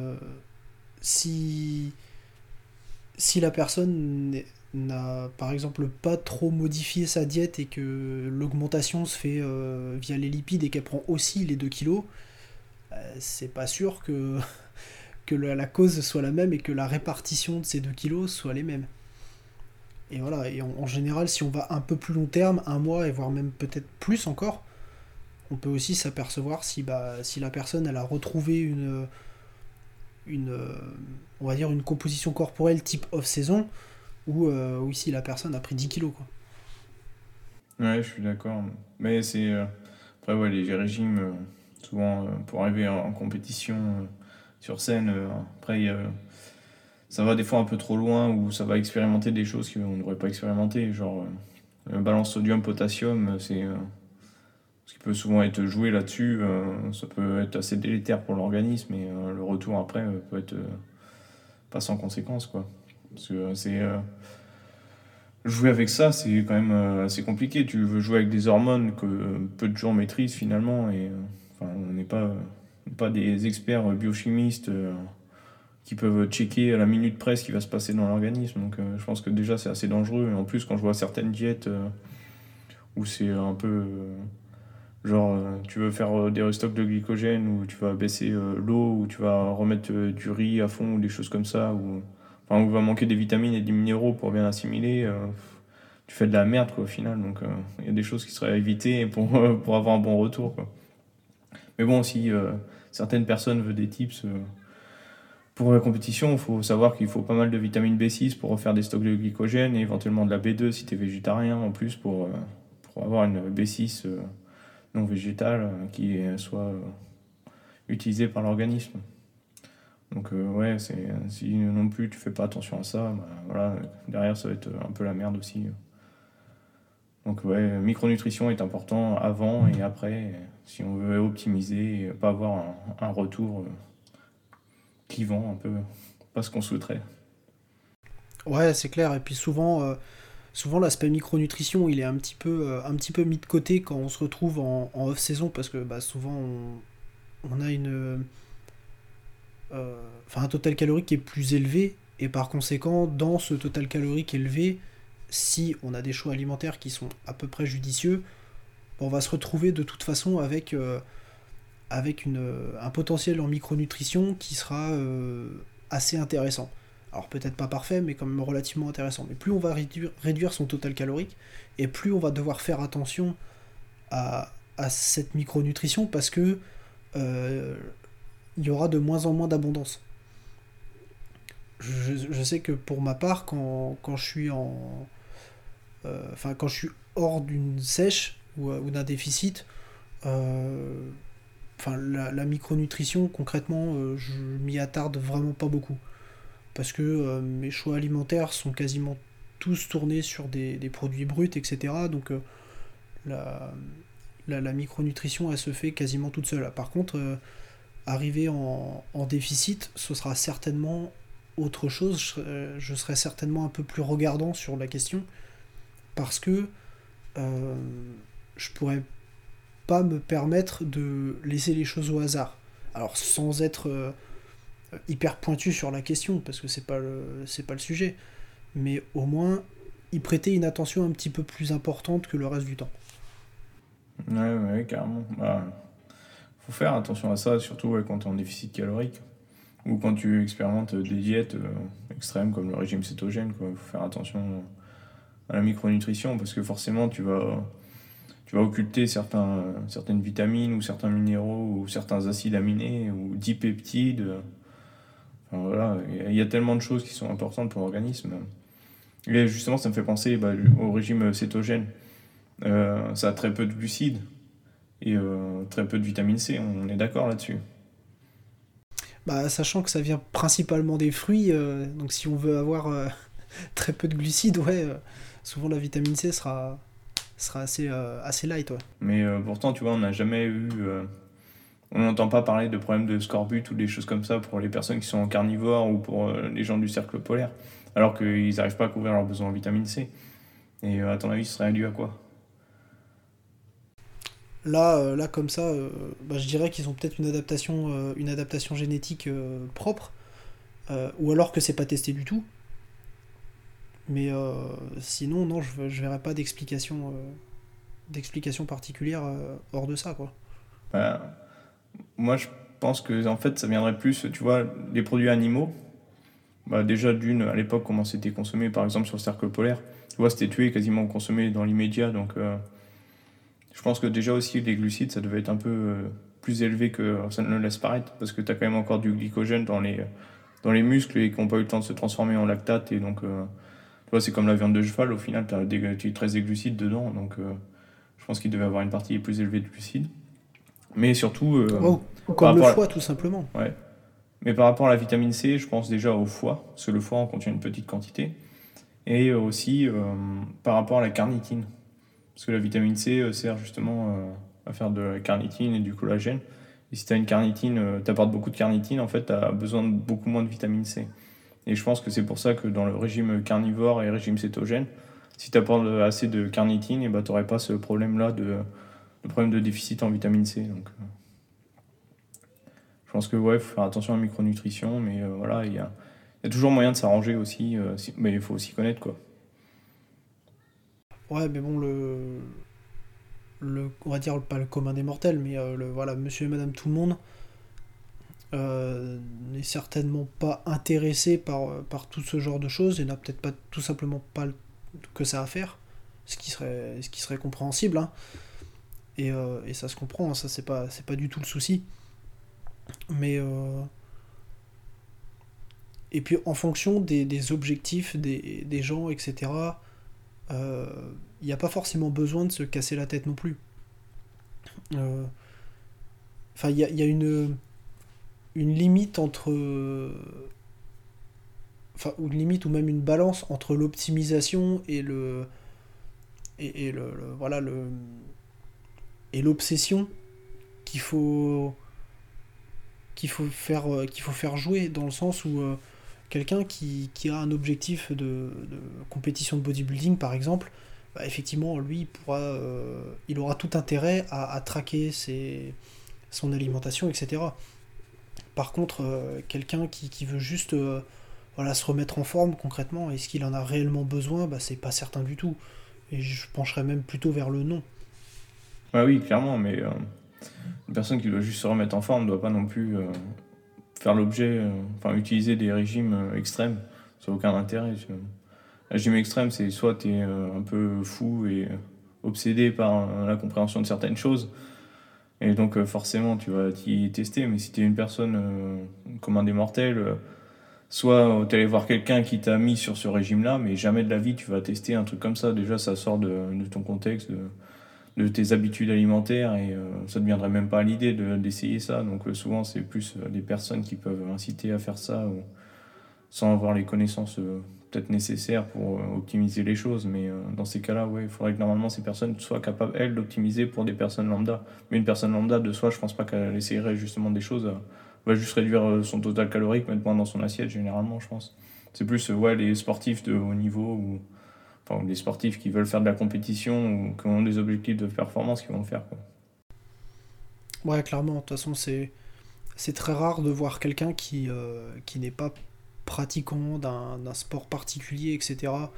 si, si la personne n'a par exemple pas trop modifié sa diète et que l'augmentation se fait via les lipides et qu'elle prend aussi les 2 kilos, c'est pas sûr que la cause soit la même et que la répartition de ces 2 kilos soit les mêmes. Et voilà, et en général, si on va un peu plus long terme, un mois et voire même peut-être plus encore, on peut aussi s'apercevoir si la personne elle a retrouvé une, on va dire une composition corporelle type off-saison ou si la personne a pris 10 kilos. Quoi. Ouais, je suis d'accord. Mais c'est. Après, ouais, les régimes, souvent, pour arriver en compétition sur scène, après, ça va des fois un peu trop loin ou ça va expérimenter des choses qu'on ne devrait pas expérimenter. Genre, balance sodium-potassium, c'est. Ce qui peut souvent être joué là-dessus, ça peut être assez délétère pour l'organisme et le retour après peut être pas sans conséquence, quoi. Parce que jouer avec ça, c'est quand même assez compliqué. Tu veux jouer avec des hormones que peu de gens maîtrisent finalement et enfin, on n'est pas des experts biochimistes qui peuvent checker à la minute près ce qui va se passer dans l'organisme. Donc je pense que déjà c'est assez dangereux. Et en plus, quand je vois certaines diètes où c'est un peu genre, tu veux faire des restocks de glycogène, ou tu vas baisser l'eau, ou tu vas remettre du riz à fond, ou des choses comme ça, ou enfin, où il va manquer des vitamines et des minéraux pour bien assimiler. Tu fais de la merde, quoi, au final. Donc, il y a des choses qui seraient à éviter pour avoir un bon retour, quoi. Mais bon, si certaines personnes veulent des tips pour la compétition, il faut savoir qu'il faut pas mal de vitamine B6 pour refaire des stocks de glycogène, et éventuellement de la B2 si tu es végétarien, en plus, pour avoir une B6 non végétale qui soit utilisée par l'organisme. Donc ouais, si non plus tu fais pas attention à ça, bah, voilà, derrière ça va être un peu la merde aussi. Donc ouais, micronutrition est important avant et après, si on veut optimiser et pas avoir un retour clivant, un peu pas ce qu'on souhaiterait. Ouais, c'est clair. Et puis souvent l'aspect micronutrition, il est un petit peu mis de côté quand on se retrouve en off-saison parce que bah, souvent on a un total calorique qui est plus élevé et par conséquent dans ce total calorique élevé, si on a des choix alimentaires qui sont à peu près judicieux, on va se retrouver de toute façon avec un potentiel en micronutrition qui sera assez intéressant. Alors peut-être pas parfait, mais quand même relativement intéressant. Mais plus on va réduire son total calorique, et plus on va devoir faire attention à cette micronutrition parce que euh, il y aura de moins en moins d'abondance. Je sais que pour ma part, quand je suis quand je suis hors d'une sèche ou d'un déficit, euh, la micronutrition, concrètement, je m'y attarde vraiment pas beaucoup. Parce que mes choix alimentaires sont quasiment tous tournés sur des produits bruts, etc. Donc la, la micronutrition, elle se fait quasiment toute seule. Par contre, arriver en déficit, ce sera certainement autre chose. Je serai certainement un peu plus regardant sur la question parce que euh, je pourrais pas me permettre de laisser les choses au hasard. Alors sans être hyper pointu sur la question parce que c'est pas le sujet, mais au moins y prêter une attention un petit peu plus importante que le reste du temps. Ouais, carrément. Bah, faut faire attention à ça, surtout quand tu es en déficit calorique ou quand tu expérimentes des diètes extrêmes comme le régime cétogène, quoi. Faut faire attention à la micronutrition parce que forcément tu vas occulter certaines vitamines ou certains minéraux ou certains acides aminés ou dipeptides. Enfin, voilà, il y a tellement de choses qui sont importantes pour l'organisme. Et justement, ça me fait penser au régime cétogène. Ça a très peu de glucides et très peu de vitamine C, on est d'accord là-dessus. Bah, sachant que ça vient principalement des fruits, donc si on veut avoir très peu de glucides, souvent la vitamine C sera assez light, ouais. Mais pourtant, tu vois, on n'a jamais eu... on n'entend pas parler de problèmes de scorbut ou des choses comme ça pour les personnes qui sont carnivores ou pour les gens du cercle polaire, alors qu'ils n'arrivent pas à couvrir leurs besoins en vitamine C. Et à ton avis, ce serait dû à quoi? Là comme ça, je dirais qu'ils ont peut-être une adaptation génétique propre, ou alors que c'est pas testé du tout. Mais sinon, non, je verrais pas d'explication particulière hors de ça, quoi. Bah, moi, je pense que en fait, ça viendrait plus, tu vois, les produits animaux. Bah, déjà, d'une, à l'époque, comment c'était consommé, par exemple, sur le cercle polaire. Tu vois, c'était tué, quasiment consommé dans l'immédiat. Donc, je pense que déjà aussi, les glucides, ça devait être un peu plus élevé que ça ne le laisse paraître. Parce que tu as quand même encore du glycogène dans les muscles et qui n'ont pas eu le temps de se transformer en lactate. Et donc, tu vois, c'est comme la viande de cheval. Au final, tu as 13 glucides dedans. Donc, je pense qu'il devait avoir une partie plus élevée de glucides. Mais surtout, Ou par comme le rapport foie, tout simplement. ouais. Mais par rapport à la vitamine C, je pense déjà au foie, parce que le foie en contient une petite quantité. Et aussi par rapport à la carnitine. Parce que la vitamine C sert justement à faire de la carnitine et du collagène. Et si tu as une carnitine, tu apportes beaucoup de carnitine, en fait, tu as besoin de beaucoup moins de vitamine C. Et je pense que c'est pour ça que dans le régime carnivore et régime cétogène, si tu apportes assez de carnitine, tu n'aurais pas ce problème-là de problème de déficit en vitamine C. Donc, je pense que ouais, faut faire attention à la micronutrition, mais voilà, il y a toujours moyen de s'arranger aussi, mais il faut aussi connaître quoi. Ouais, mais bon, on va dire pas le commun des mortels, mais voilà, monsieur et madame tout le monde n'est certainement pas intéressé par tout ce genre de choses et n'a peut-être pas tout simplement pas que ça à faire, ce qui serait compréhensible, hein. Et ça se comprend, hein, ça c'est pas du tout le souci. Mais et puis en fonction des objectifs des gens, etc., il n'y a pas forcément besoin de se casser la tête non plus. Enfin, il y a une limite entre. Enfin, ou une limite ou même une balance entre l'optimisation voilà, et l'obsession qu'il faut, qu'il faut faire jouer, dans le sens où quelqu'un qui a un objectif de compétition de bodybuilding, par exemple, bah, effectivement, lui, il aura tout intérêt à traquer son alimentation, etc. Par contre, quelqu'un qui veut juste voilà, se remettre en forme concrètement, est-ce qu'il en a réellement besoin, bah, c'est pas certain du tout. Et je pencherais même plutôt vers le non. Ouais, oui, clairement, mais une personne qui doit juste se remettre en forme ne doit pas non plus faire l'objet, enfin utiliser des régimes extrêmes, ça n'a aucun intérêt. Un régime extrême, c'est soit tu es un peu fou et obsédé par la compréhension de certaines choses, et donc forcément tu vas t'y tester, mais si tu es une personne comme un des mortels, soit tu allé voir quelqu'un qui t'a mis sur ce régime-là, mais jamais de la vie tu vas tester un truc comme ça. Déjà, ça sort de ton contexte, de tes habitudes alimentaires, et ça ne te viendrait même pas à l'idée d'essayer ça. Donc souvent, c'est plus des personnes qui peuvent inciter à faire ça sans avoir les connaissances peut-être nécessaires pour optimiser les choses. Mais dans ces cas-là, ouais, il faudrait que normalement ces personnes soient capables, elles, d'optimiser pour des personnes lambda. Mais une personne lambda, de soi, je pense pas qu'elle essayerait justement des choses. Elle va juste réduire son total calorique, mettre moins dans son assiette, généralement, je pense. C'est plus ouais, les sportifs de haut niveau ou enfin, des sportifs qui veulent faire de la compétition ou qui ont des objectifs de performance qui vont le faire, quoi. Ouais, clairement, de toute façon, c'est très rare de voir quelqu'un qui n'est pas pratiquant d'un sport particulier, etc.,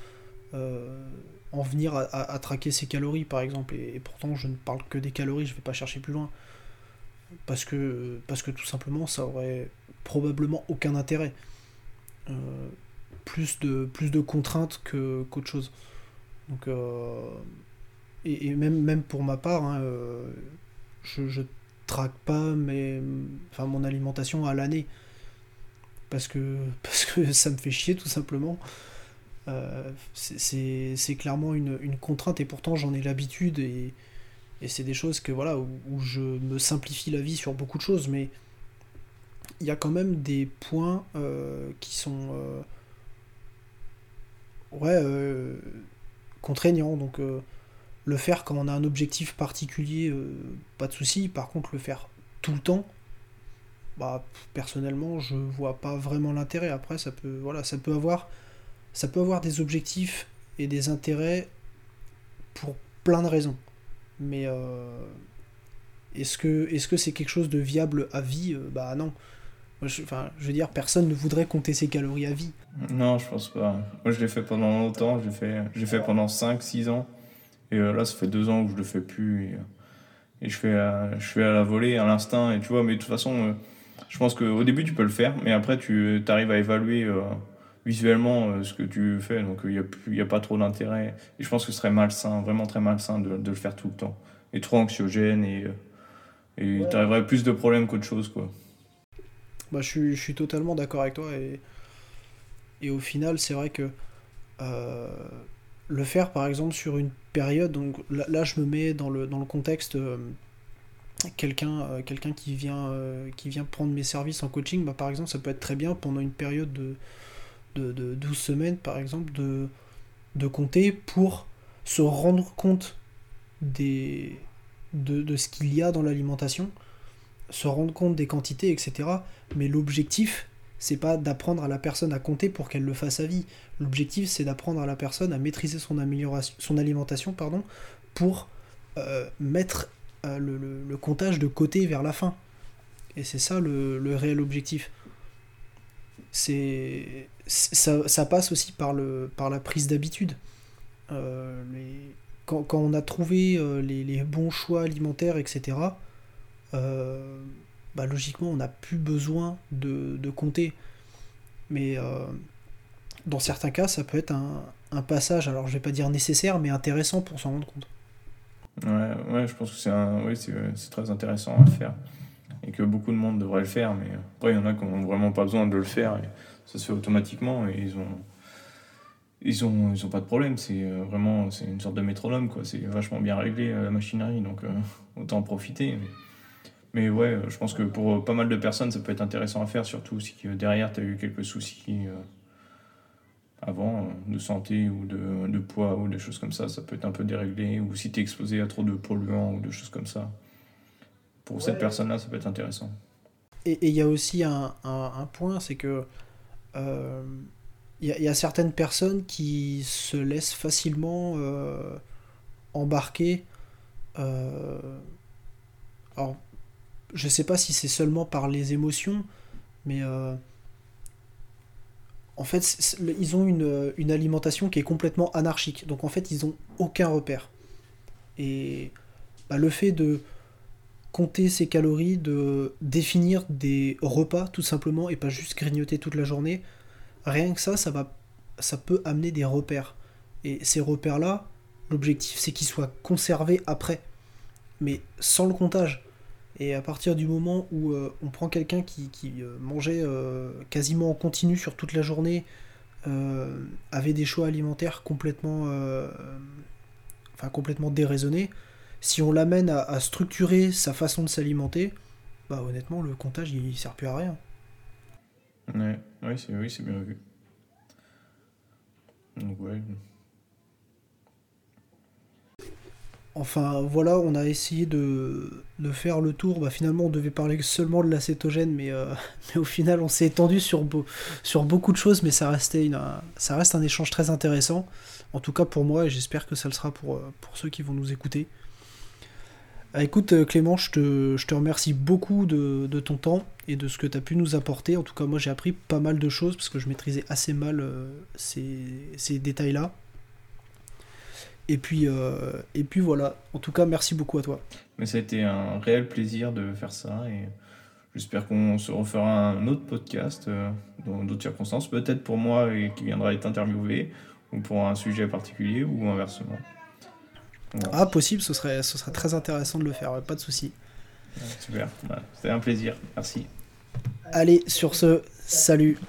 en venir à traquer ses calories par exemple, et pourtant je ne parle que des calories, je vais pas chercher plus loin, parce que tout simplement ça aurait probablement aucun intérêt. Euh, plus de contraintes qu'autre chose. Donc, et même pour ma part, hein, je traque pas mon alimentation à l'année. Parce que ça me fait chier tout simplement. C'est clairement une contrainte, et pourtant j'en ai l'habitude, et c'est des choses que voilà où je me simplifie la vie sur beaucoup de choses, mais il y a quand même des points qui sont ouais, contraignants. Donc le faire quand on a un objectif particulier, pas de souci. Par contre, le faire tout le temps, bah personnellement, je vois pas vraiment l'intérêt. Après, ça peut avoir des objectifs et des intérêts pour plein de raisons. Mais est-ce que c'est quelque chose de viable à vie? Bah non. Je veux dire, personne ne voudrait compter ses calories à vie. Non, je pense pas. Moi, je l'ai fait pendant longtemps, j'ai fait pendant 5 6 ans. Et là, ça fait 2 ans où je le fais plus. Et je fais à la volée, à l'instinct. Et tu vois, mais de toute façon, je pense qu'au début, tu peux le faire. Mais après, tu arrives à évaluer visuellement ce que tu fais. Donc, il y a pas trop d'intérêt. Et je pense que ce serait malsain, vraiment très malsain de le faire tout le temps. Et trop anxiogène. Et tu arriverais plus de problèmes qu'autre chose, quoi. Bah, je suis totalement d'accord avec toi, et au final, c'est vrai que euh, le faire par exemple sur une période, donc là, je me mets dans le contexte, quelqu'un qui vient prendre mes services en coaching, bah, par exemple, ça peut être très bien pendant une période de 12 semaines, par exemple, de compter pour se rendre compte des, de ce qu'il y a dans l'alimentation, se rendre compte des quantités, etc. Mais l'objectif, c'est pas d'apprendre à la personne à compter pour qu'elle le fasse à vie. L'objectif, c'est d'apprendre à la personne à maîtriser son alimentation, pardon, pour mettre le comptage de côté vers la fin. Et c'est ça le réel objectif. Ça passe aussi par la prise d'habitude. Quand on a trouvé les bons choix alimentaires, etc., bah logiquement, on n'a plus besoin de compter. Mais dans certains cas, ça peut être un passage, alors je vais pas dire nécessaire, mais intéressant pour s'en rendre compte. Ouais, ouais, je pense que oui, c'est très intéressant à faire. Et que beaucoup de monde devrait le faire. Mais après, il y en a qui n'ont vraiment pas besoin de le faire. Et ça se fait automatiquement. Et ils ont pas de problème. C'est une sorte de métronome, quoi. C'est vachement bien réglé, la machinerie. Donc, autant en profiter. Mais ouais, je pense que pour pas mal de personnes, ça peut être intéressant à faire, surtout si derrière, tu as eu quelques soucis avant, de santé ou de poids ou des choses comme ça peut être un peu déréglé, ou si tu es exposé à trop de polluants ou de choses comme ça. Pour cette personne-là, ça peut être intéressant. Et il y a aussi un point, c'est que euh, il y a certaines personnes qui se laissent facilement embarquer. euh, alors, je sais pas si c'est seulement par les émotions, mais en fait, ils ont une alimentation qui est complètement anarchique. Donc en fait, ils ont aucun repère. Et bah, le fait de compter ses calories, de définir des repas tout simplement, et pas juste grignoter toute la journée, rien que ça peut amener des repères. Et ces repères-là, l'objectif c'est qu'ils soient conservés après, mais sans le comptage. Et à partir du moment où on prend quelqu'un qui mangeait quasiment en continu sur toute la journée, avait des choix alimentaires complètement déraisonnés, si on l'amène à structurer sa façon de s'alimenter, bah honnêtement le comptage il sert plus à rien. Ouais, ouais, oui, c'est bien vu. Donc, ouais. Enfin voilà, on a essayé de faire le tour. Bah, finalement, on devait parler seulement de la cétogène, mais, mais au final, on s'est étendu sur beaucoup de choses, mais ça reste un échange très intéressant. En tout cas pour moi, et j'espère que ça le sera pour ceux qui vont nous écouter. Écoute, Clément, je te remercie beaucoup de ton temps et de ce que tu as pu nous apporter. En tout cas, moi, j'ai appris pas mal de choses parce que je maîtrisais assez mal ces détails-là. Et puis voilà. En tout cas, merci beaucoup à toi. Mais ça a été un réel plaisir de faire ça et j'espère qu'on se refera un autre podcast dans d'autres circonstances, peut-être pour moi et qui viendra être interviewé ou pour un sujet particulier ou inversement. Voilà. Ah, possible, ce serait très intéressant de le faire, pas de souci. Super, voilà. C'était un plaisir, merci. Allez, sur ce, salut.